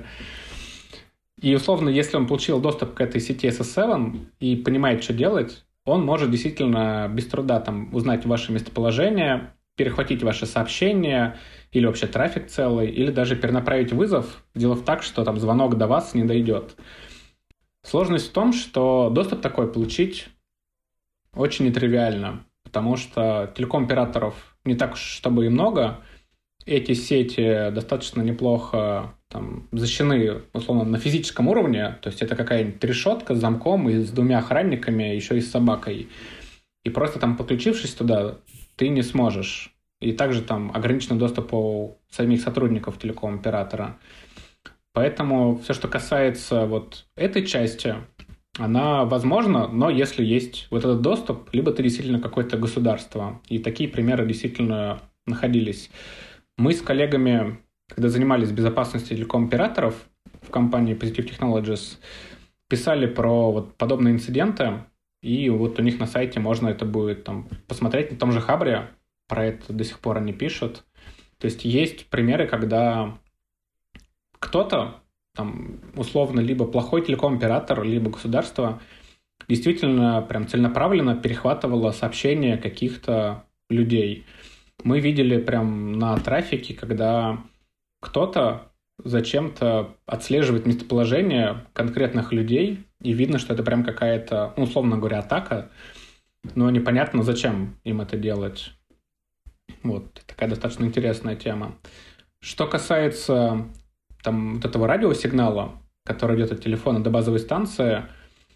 И, условно, если он получил доступ к этой сети эс эс семь и понимает, что делать, он может действительно без труда там, узнать ваше местоположение, перехватить ваши сообщения или вообще трафик целый, или даже перенаправить вызов, сделав так, что там звонок до вас не дойдет. Сложность в том, что доступ такой получить очень нетривиально, потому что телеком-операторов не так уж чтобы и много. Эти сети достаточно неплохо там, защищены, условно, на физическом уровне, то есть это какая-нибудь решетка с замком и с двумя охранниками, еще и с собакой. И просто там подключившись туда, ты не сможешь. И также там ограниченный доступ у самих сотрудников телеком-оператора. Поэтому все, что касается вот этой части, она возможна, но если есть вот этот доступ, либо ты действительно какое-то государство. И такие примеры действительно находились. Мы с коллегами, когда занимались безопасностью телеком-операторов в компании Positive Technologies, писали про вот подобные инциденты, и вот у них на сайте можно это будет там посмотреть на том же Хабре, про это до сих пор они пишут. То есть есть примеры, когда кто-то, там, условно, либо плохой телеком-оператор, либо государство действительно прям целенаправленно перехватывало сообщения каких-то людей. Мы видели прям на трафике, когда кто-то зачем-то отслеживает местоположение конкретных людей, и видно, что это прям какая-то, ну, условно говоря, атака, но непонятно, зачем им это делать. Вот, такая достаточно интересная тема. Что касается там, вот этого радиосигнала, который идет от телефона до базовой станции,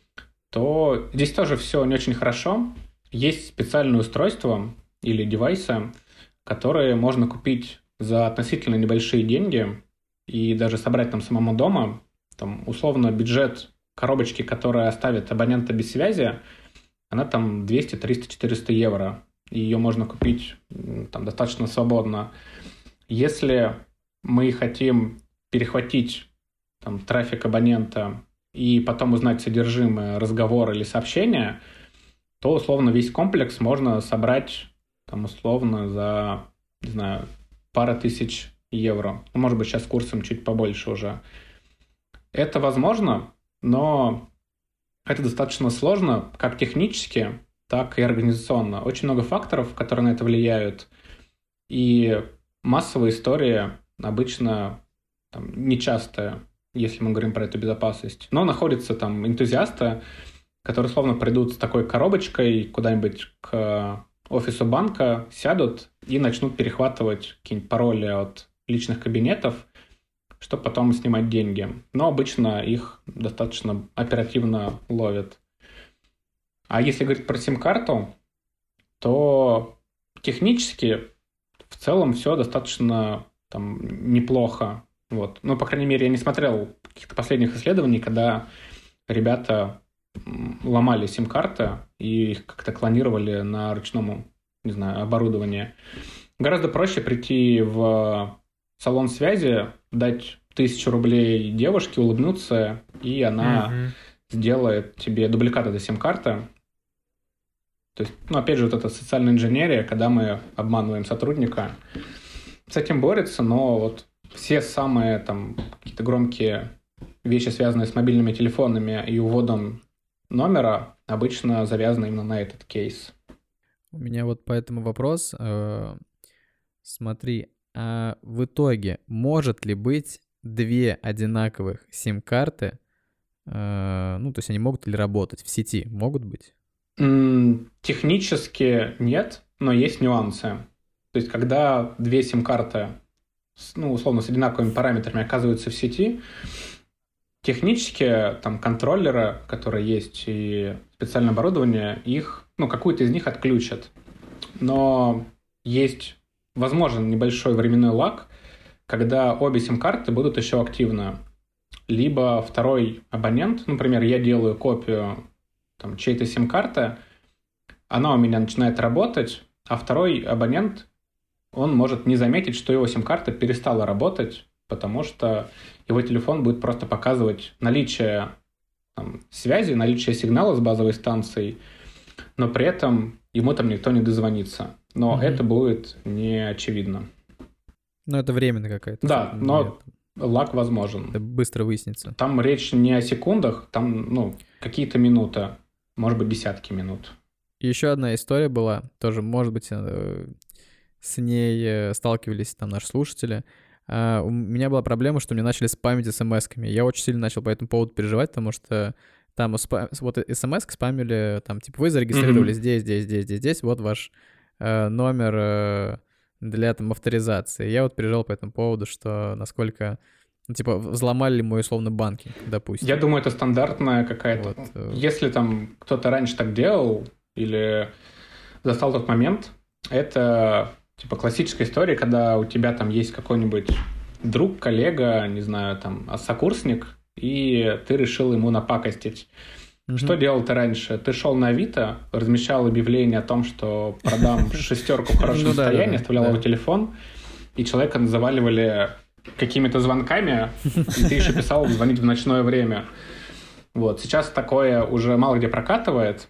то здесь тоже все не очень хорошо. Есть специальные устройства или девайсы, которые можно купить за относительно небольшие деньги и даже собрать там самому дома. Там, условно, бюджет коробочки, которая оставит абонента без связи, она там двести, триста, четыреста евро. И ее можно купить там достаточно свободно. Если мы хотим перехватить там, трафик абонента и потом узнать содержимое разговора или сообщения, то, условно, весь комплекс можно собрать, там, условно, за, не знаю, пару тысяч евро. Ну, может быть, сейчас курсом чуть побольше уже. Это возможно, но это достаточно сложно, как технически, так и организационно. Очень много факторов, которые на это влияют. И массовая история обычно там, нечастая, если мы говорим про эту безопасность. Но находятся там энтузиасты, которые словно придут с такой коробочкой куда-нибудь к офису банка, сядут и начнут перехватывать какие-нибудь пароли от личных кабинетов, чтобы потом снимать деньги. Но обычно их достаточно оперативно ловят. А если говорить про сим-карту, то технически в целом все достаточно там, неплохо. Вот. Ну, по крайней мере, я не смотрел каких-то последних исследований, когда ребята ломали сим-карты и их как-то клонировали на ручном, не знаю, оборудовании. Гораздо проще прийти в салон связи, дать тысячу рублей девушке, улыбнуться, и она mm-hmm. сделает тебе дубликат этой сим-карты. То есть, ну, опять же, вот эта социальная инженерия, когда мы обманываем сотрудника, с этим борется, но вот все самые там какие-то громкие вещи, связанные с мобильными телефонами и уводом номера, обычно завязаны именно на этот кейс. У меня вот по этому вопрос. Э, смотри, а в итоге может ли быть две одинаковых сим-карты? Э, ну, то есть они могут ли работать в сети? Могут быть? М, технически нет, но есть нюансы. То есть когда две сим-карты, ну, условно, с одинаковыми параметрами оказываются в сети, технически там контроллеры, которые есть, и специальное оборудование, их, ну, какую-то из них отключат. Но есть возможен небольшой временной лаг, когда обе сим-карты будут еще активны. Либо второй абонент, например, я делаю копию там, чьей-то сим-карты, она у меня начинает работать, а второй абонент, он может не заметить, что его сим-карта перестала работать, потому что его телефон будет просто показывать наличие там, связи, наличие сигнала с базовой станцией, но при этом ему там никто не дозвонится. Но mm-hmm. это будет не очевидно. Ну, это временно какая-то. Да, но лаг возможен. Это быстро выяснится. Там речь не о секундах, там ну, какие-то минуты, может быть, десятки минут. И еще одна история была, тоже, может быть, с ней сталкивались там наши слушатели. Uh, у меня была проблема, что мне начали спамить смс-ками. Я очень сильно начал по этому поводу переживать, потому что там спа- вот смс-ки спамили, там, типа, вы зарегистрировались mm-hmm. здесь, здесь, здесь, здесь, здесь, вот ваш uh, номер uh, для там авторизации. Я вот переживал по этому поводу, что насколько, ну, типа, взломали ли мой условно банкинг, допустим. Я думаю, это стандартная какая-то... Вот, uh... Если там кто-то раньше так делал или застал тот момент, это... Типа классическая история, когда у тебя там есть какой-нибудь друг, коллега, не знаю, там, сокурсник, и ты решил ему напакостить. Mm-hmm. Что делал ты раньше? Ты шел на Авито, размещал объявление о том, что продам шестерку в хорошем состоянии, оставлял его телефон, и человека заваливали какими-то звонками, и ты еще писал звонить в ночное время. Вот. Сейчас такое уже мало где прокатывает,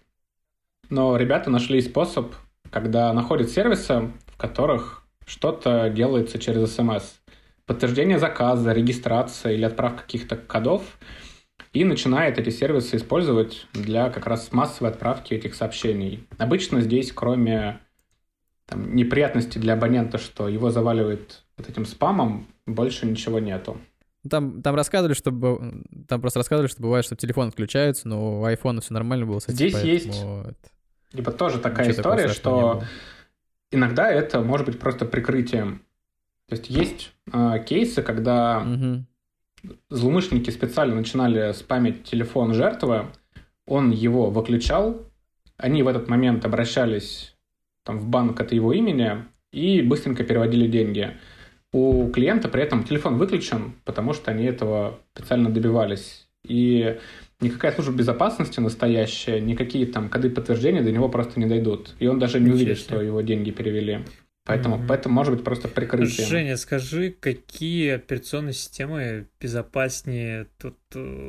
но ребята нашли способ, когда находят сервисы, в которых что-то делается через смс. Подтверждение заказа, регистрация или отправка каких-то кодов. И начинает эти сервисы использовать для как раз массовой отправки этих сообщений. Обычно здесь, кроме там, неприятностей для абонента, что его заваливает вот этим спамом, больше ничего нету. Там, там рассказывали, что там просто рассказывали, что бывает, что телефон отключается, но у айфона все нормально было с этим. Здесь есть либо тоже такая история, что иногда это может быть просто прикрытием. То есть есть э, кейсы, когда угу. злоумышленники специально начинали спамить телефон жертвы, он его выключал, они в этот момент обращались там, в банк от его имени и быстренько переводили деньги. У клиента при этом телефон выключен, потому что они этого специально добивались. И никакая служба безопасности настоящая, никакие там коды подтверждения до него просто не дойдут. И он даже не увидит, что его деньги перевели. Поэтому, mm-hmm. поэтому может быть просто прикрытие. Женя, скажи, какие операционные системы безопаснее тут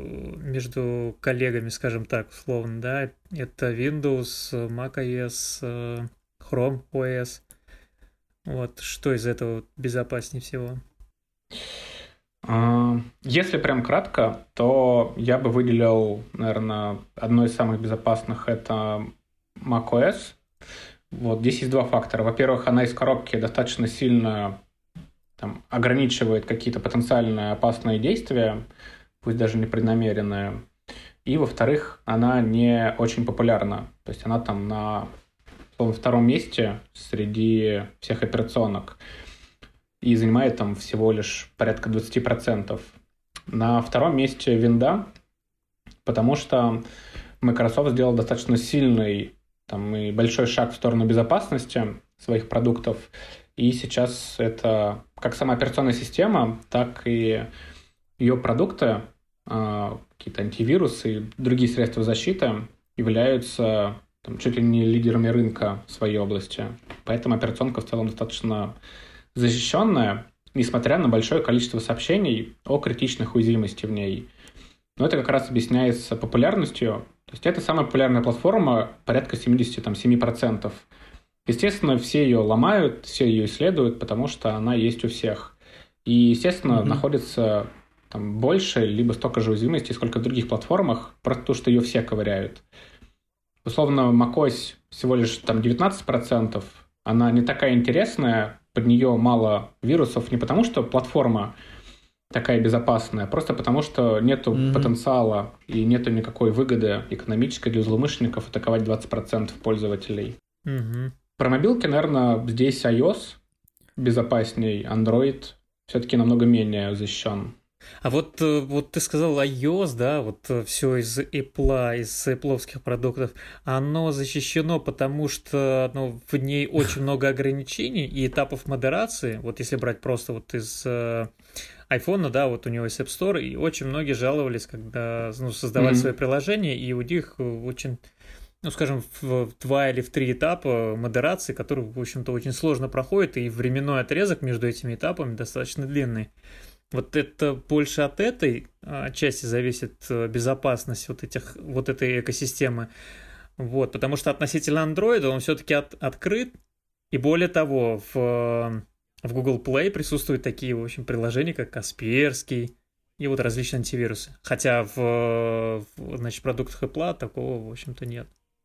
между коллегами, скажем так, условно, да? Это Windows, macOS, Chrome о эс. Вот, что из этого безопаснее всего? Если прям кратко, то я бы выделил, наверное, одно из самых безопасных — это macOS. Вот здесь есть два фактора. Во-первых, она из коробки достаточно сильно там, ограничивает какие-то потенциально опасные действия, пусть даже непреднамеренные. И, во-вторых, она не очень популярна. То есть она там на втором месте среди всех операционок. и занимает там всего лишь порядка двадцать процентов. На втором месте винда, потому что Microsoft сделал достаточно сильный там, и большой шаг в сторону безопасности своих продуктов. И сейчас это как сама операционная система, так и ее продукты, какие-то антивирусы и другие средства защиты являются там, чуть ли не лидерами рынка в своей области. Поэтому операционка в целом достаточно защищенная, несмотря на большое количество сообщений о критичных уязвимостях в ней. Но это как раз объясняется популярностью. То есть это самая популярная платформа, порядка семьдесят семь процентов. Естественно, все ее ломают, все ее исследуют, потому что она есть у всех. И, естественно, mm-hmm. находится там больше, либо столько же уязвимостей, сколько в других платформах, просто потому что ее все ковыряют. Условно, macOS всего лишь там девятнадцать процентов. Она не такая интересная, под нее мало вирусов, не потому что платформа такая безопасная, а просто потому что нету mm-hmm. потенциала и нету никакой выгоды экономической для злоумышленников атаковать двадцать процентов пользователей. Mm-hmm. Про мобилки, наверное, здесь iOS безопасней, Android все-таки намного менее защищен. А вот, вот ты сказал iOS, да, вот все из Apple, из Apple-овских продуктов, оно защищено, потому что ну, в ней очень много ограничений и этапов модерации. Вот если брать просто вот из iPhone, да, вот у него есть App Store, и очень многие жаловались, когда ну, создавали mm-hmm. свои приложения, и у них очень, ну, скажем, в два или в три этапа модерации, которые, в общем-то, очень сложно проходят, и временной отрезок между этими этапами достаточно длинный. Вот это больше от этой а, части зависит безопасность вот, этих, вот этой экосистемы. Вот, потому что относительно Android он все-таки от, открыт. И более того, в, в Google Play присутствуют такие, в общем, приложения, как Касперский и вот различные антивирусы. Хотя в, в значит, продуктах Apple такого, в общем-то, нет.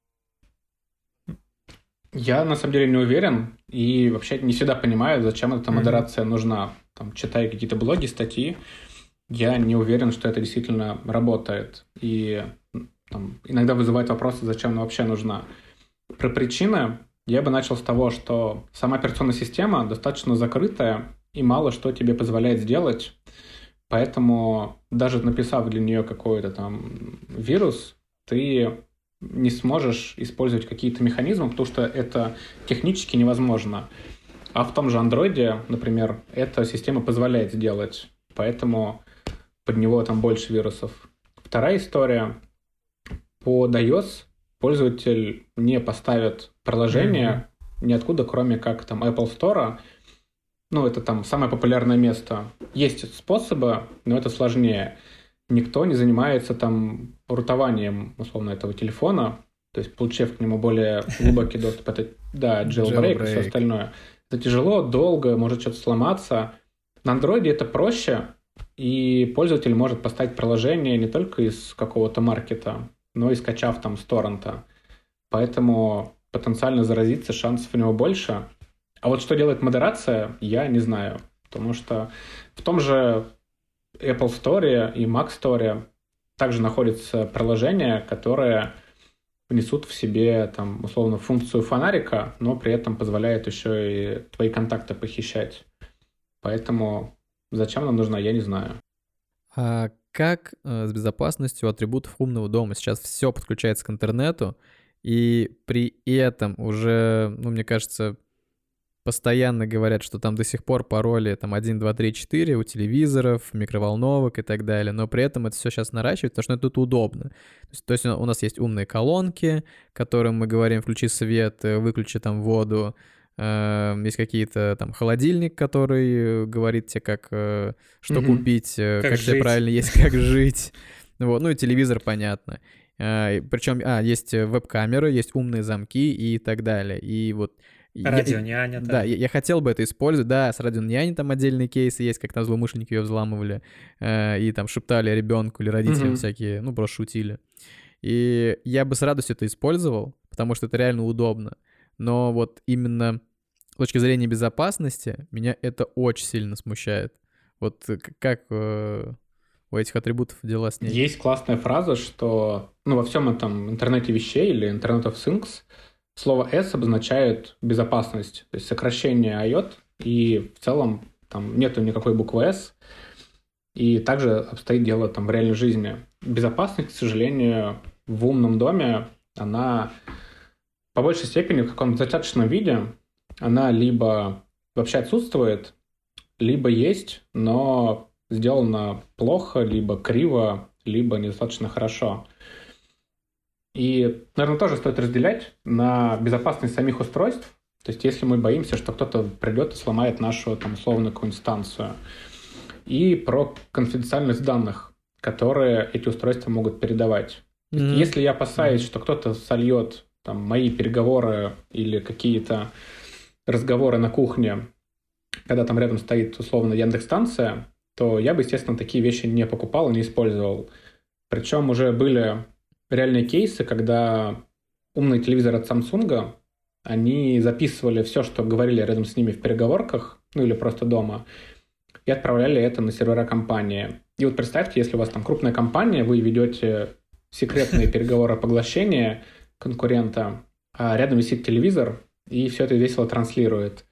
Я, на самом деле, не уверен и вообще не всегда понимаю, зачем эта модерация mm-hmm. нужна. Там, читая какие-то блоги, статьи, я не уверен, что это действительно работает. И там, иногда вызывает вопросы, зачем она вообще нужна. Про причины я бы начал с того, что сама операционная система достаточно закрытая и мало что тебе позволяет сделать. Поэтому даже написав для нее какой-то там вирус, ты не сможешь использовать какие-то механизмы, потому что это технически невозможно. А в том же Android, например, эта система позволяет сделать, поэтому под него там больше вирусов. Вторая история. Под iOS пользователь не поставит приложение mm-hmm. ниоткуда, кроме как там Apple Store. Ну, это там самое популярное место. Есть способы, но это сложнее. Никто не занимается там рутованием, условно, этого телефона, то есть получив к нему более глубокий доступ. Это, да, jailbreak и все остальное. Это тяжело, долго, может что-то сломаться. На Android это проще, и пользователь может поставить приложение не только из какого-то маркета, но и скачав там с торрента. Поэтому потенциально заразиться шансов у него больше. А вот что делает модерация, я не знаю. Потому что в том же Apple Store и Mac Store также находятся приложения, которые несут в себе, там, условно, функцию фонарика, но при этом позволяет еще и твои контакты похищать. Поэтому зачем нам нужна, я не знаю. А как с безопасностью атрибутов умного дома? Сейчас все подключается к интернету, и при этом уже, ну, мне кажется, постоянно говорят, что там до сих пор пароли там один, два, три, четыре у телевизоров, микроволновок и так далее, но при этом это все сейчас наращивает, потому что это тут удобно. То есть, то есть у нас есть умные колонки, которым мы говорим: включи свет, выключи там воду. Есть какие-то там холодильник, который говорит тебе, как, что mm-hmm. купить, как, как тебе правильно есть, как жить. Вот. Ну и телевизор, понятно. Причем, а, есть веб-камеры, есть умные замки и так далее. И вот Радионяня. Да, я, я хотел бы это использовать. Да, с радионяней там отдельные кейсы есть, как там злоумышленники ее взламывали э, и там шептали ребенку или родителям mm-hmm. всякие, ну, просто шутили. И я бы с радостью это использовал, потому что это реально удобно. Но вот именно с точки зрения безопасности меня это очень сильно смущает. Вот как э, у этих атрибутов дела с ней? Есть классная фраза, что ну, во всем этом интернете вещей или Internet of Things слово S обозначает безопасность, то есть сокращение ай о ти, и в целом там нету никакой буквы «С». И также обстоит дело там в реальной жизни. Безопасность, к сожалению, в умном доме, она по большей степени в каком-то зачаточном виде, она либо вообще отсутствует, либо есть, но сделано плохо, либо криво, либо недостаточно хорошо. И, наверное, тоже стоит разделять на безопасность самих устройств. То есть если мы боимся, что кто-то придет и сломает нашу там, условную какую-нибудь станцию, и про конфиденциальность данных, которые эти устройства могут передавать. Mm-hmm. Если я опасаюсь, mm-hmm. что кто-то сольет там, мои переговоры или какие-то разговоры на кухне, когда там рядом стоит условно Яндекс-станция, то я бы, естественно, такие вещи не покупал и не использовал. Причем уже были реальные кейсы, когда умные телевизоры от Samsung, они записывали все, что говорили рядом с ними в переговорках, ну или просто дома, и отправляли это на сервера компании. И вот представьте, если у вас там крупная компания, вы ведете секретные переговоры о поглощении конкурента, а рядом висит телевизор, и все это весело транслирует.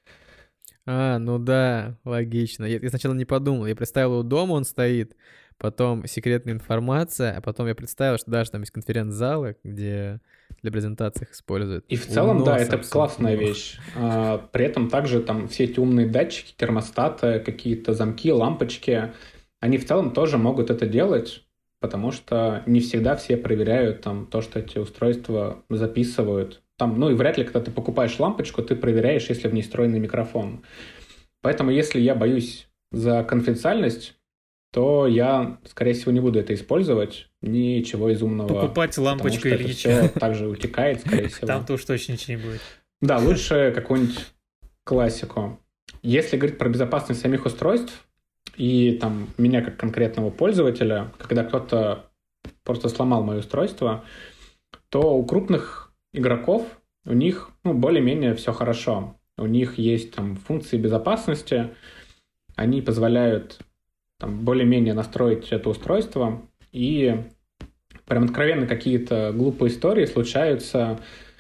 А, ну да, логично. Я, я сначала не подумал, я представил, у дома он стоит, потом секретная информация, а потом я представил, что даже там есть конференц-залы, где для презентаций их используют. И в целом, умно, да, это классная умно. Вещь. А, при этом также там все эти умные датчики, термостаты, какие-то замки, лампочки, они в целом тоже могут это делать, потому что не всегда все проверяют там то, что эти устройства записывают. Там, ну и вряд ли, когда ты покупаешь лампочку, ты проверяешь, если в ней встроенный микрофон. Поэтому если я боюсь за конфиденциальность, то я, скорее всего, не буду это использовать, ничего из умного. Покупать лампочку или Ильича. Это все также утекает, скорее всего. Там-то уж точно ничего не будет. Да, лучше какую-нибудь классику. Если говорить про безопасность самих устройств, и там меня как конкретного пользователя, когда кто-то просто сломал мое устройство, то у крупных игроков, у них ну, более-менее все хорошо. У них есть там функции безопасности, они позволяют там, более-менее настроить это устройство, и прям откровенно какие-то глупые истории случаются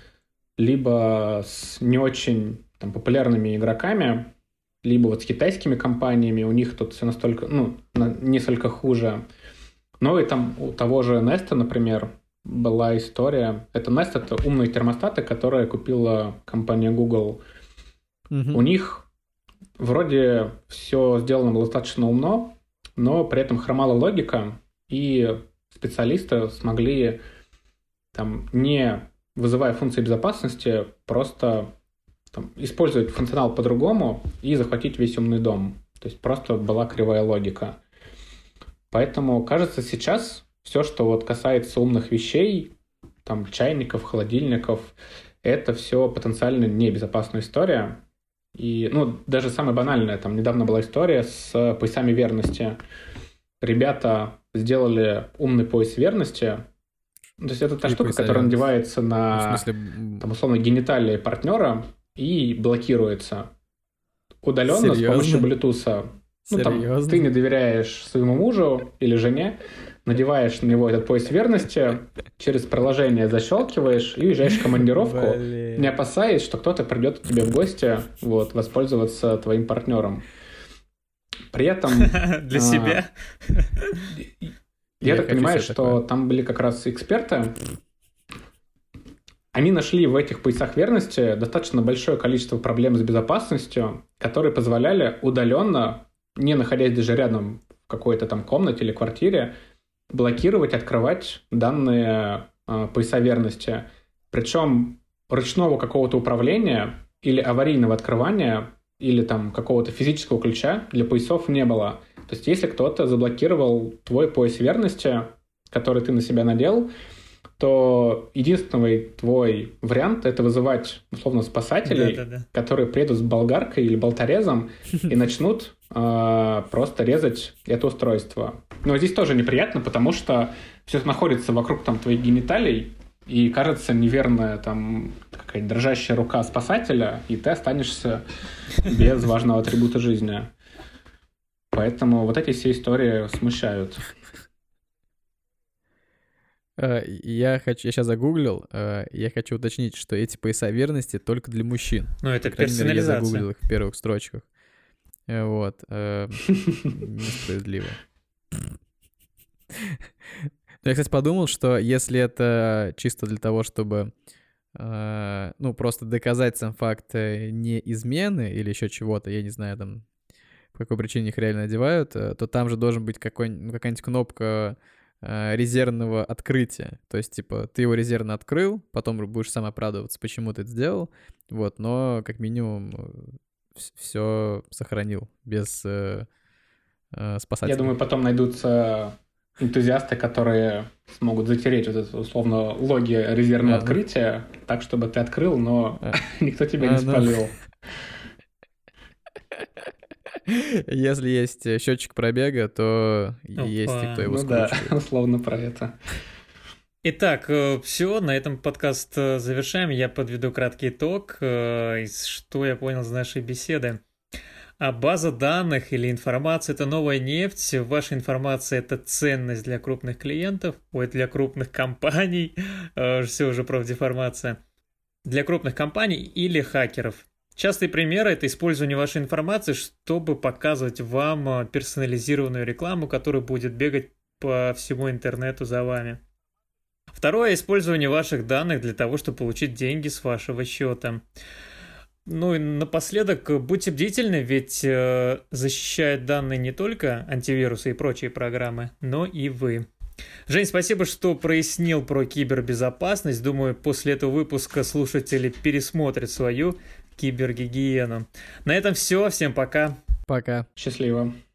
либо с не очень там, популярными игроками, либо вот с китайскими компаниями, у них тут все настолько, ну, несколько хуже. Но и там у того же Nest, например, была история. Это Nest — это умные термостаты, которые купила компания Google. Mm-hmm. У них вроде все сделано было достаточно умно, но при этом хромала логика, и специалисты смогли, там, не вызывая функции безопасности, просто там, использовать функционал по-другому и захватить весь умный дом. То есть просто была кривая логика. Поэтому, кажется, сейчас все, что вот касается умных вещей, там, чайников, холодильников, это все потенциально небезопасная история. И, ну, даже самое банальное, там недавно была история с поясами верности. Ребята сделали умный пояс верности. То есть это та и штука, которая надевается на, смысле... там, условно, гениталии партнера и блокируется удаленно. Серьезно? С помощью Bluetooth. Ну, там, ты не доверяешь своему мужу или жене, надеваешь на него этот пояс верности, через приложение защелкиваешь и уезжаешь в командировку, Блин. не опасаясь, что кто-то придет к тебе в гости вот, воспользоваться твоим партнером. При этом... Для себя? Я так понимаю, что там были как раз эксперты. Они нашли в этих поясах верности достаточно большое количество проблем с безопасностью, которые позволяли удаленно, не находясь даже рядом в какой-то там комнате или квартире, блокировать, открывать данные э, пояса верности. Причем ручного какого-то управления или аварийного открывания или там какого-то физического ключа для поясов не было. То есть если кто-то заблокировал твой пояс верности, который ты на себя надел, то единственный твой вариант — это вызывать, условно, спасателей, да, да, да. которые приедут с болгаркой или болторезом и начнут э, просто резать это устройство. Но здесь тоже неприятно, потому что все находится вокруг там твоих гениталий, и кажется неверная там какая-то дрожащая рука спасателя, и ты останешься без важного атрибута жизни. Поэтому вот эти все истории смущают. Я хочу, я сейчас загуглил, я хочу уточнить, что эти пояса верности только для мужчин. Ну, это персонализация. Я загуглил их в первых строчках. Вот. Несправедливо. Я, кстати, подумал, что если это чисто для того, чтобы, ну, просто доказать сам факт не измены или еще чего-то, я не знаю, там, по какой причине их реально одевают, то там же должен быть какой-нибудь, ну, какая-нибудь кнопка резервного открытия. То есть, типа, ты его резервно открыл, потом будешь сам оправдываться, почему ты это сделал, вот, но как минимум все сохранил без э, э, спасателей. Я думаю, потом найдутся энтузиасты, которые смогут затереть вот это, условно, логи резервного а, открытия, ну... так, чтобы ты открыл, но а. никто тебя а, не спалил. Если есть счетчик пробега, то Опа. есть и кто его ну скручивает. Да, условно про это. Итак, все, на этом подкаст завершаем. Я подведу краткий итог, что я понял из нашей беседы. А база данных или информация – это новая нефть, ваша информация – это ценность для крупных клиентов, ой, для крупных компаний, все уже профдеформация, для крупных компаний или хакеров. Частые примеры – это использование вашей информации, чтобы показывать вам персонализированную рекламу, которая будет бегать по всему интернету за вами. Второе – использование ваших данных для того, чтобы получить деньги с вашего счета. Ну и напоследок, будьте бдительны, ведь э, защищают данные не только антивирусы и прочие программы, но и вы. Жень, спасибо, что прояснил про кибербезопасность. Думаю, после этого выпуска слушатели пересмотрят свою кибергигиену. На этом все. Всем пока. Пока. Счастливо.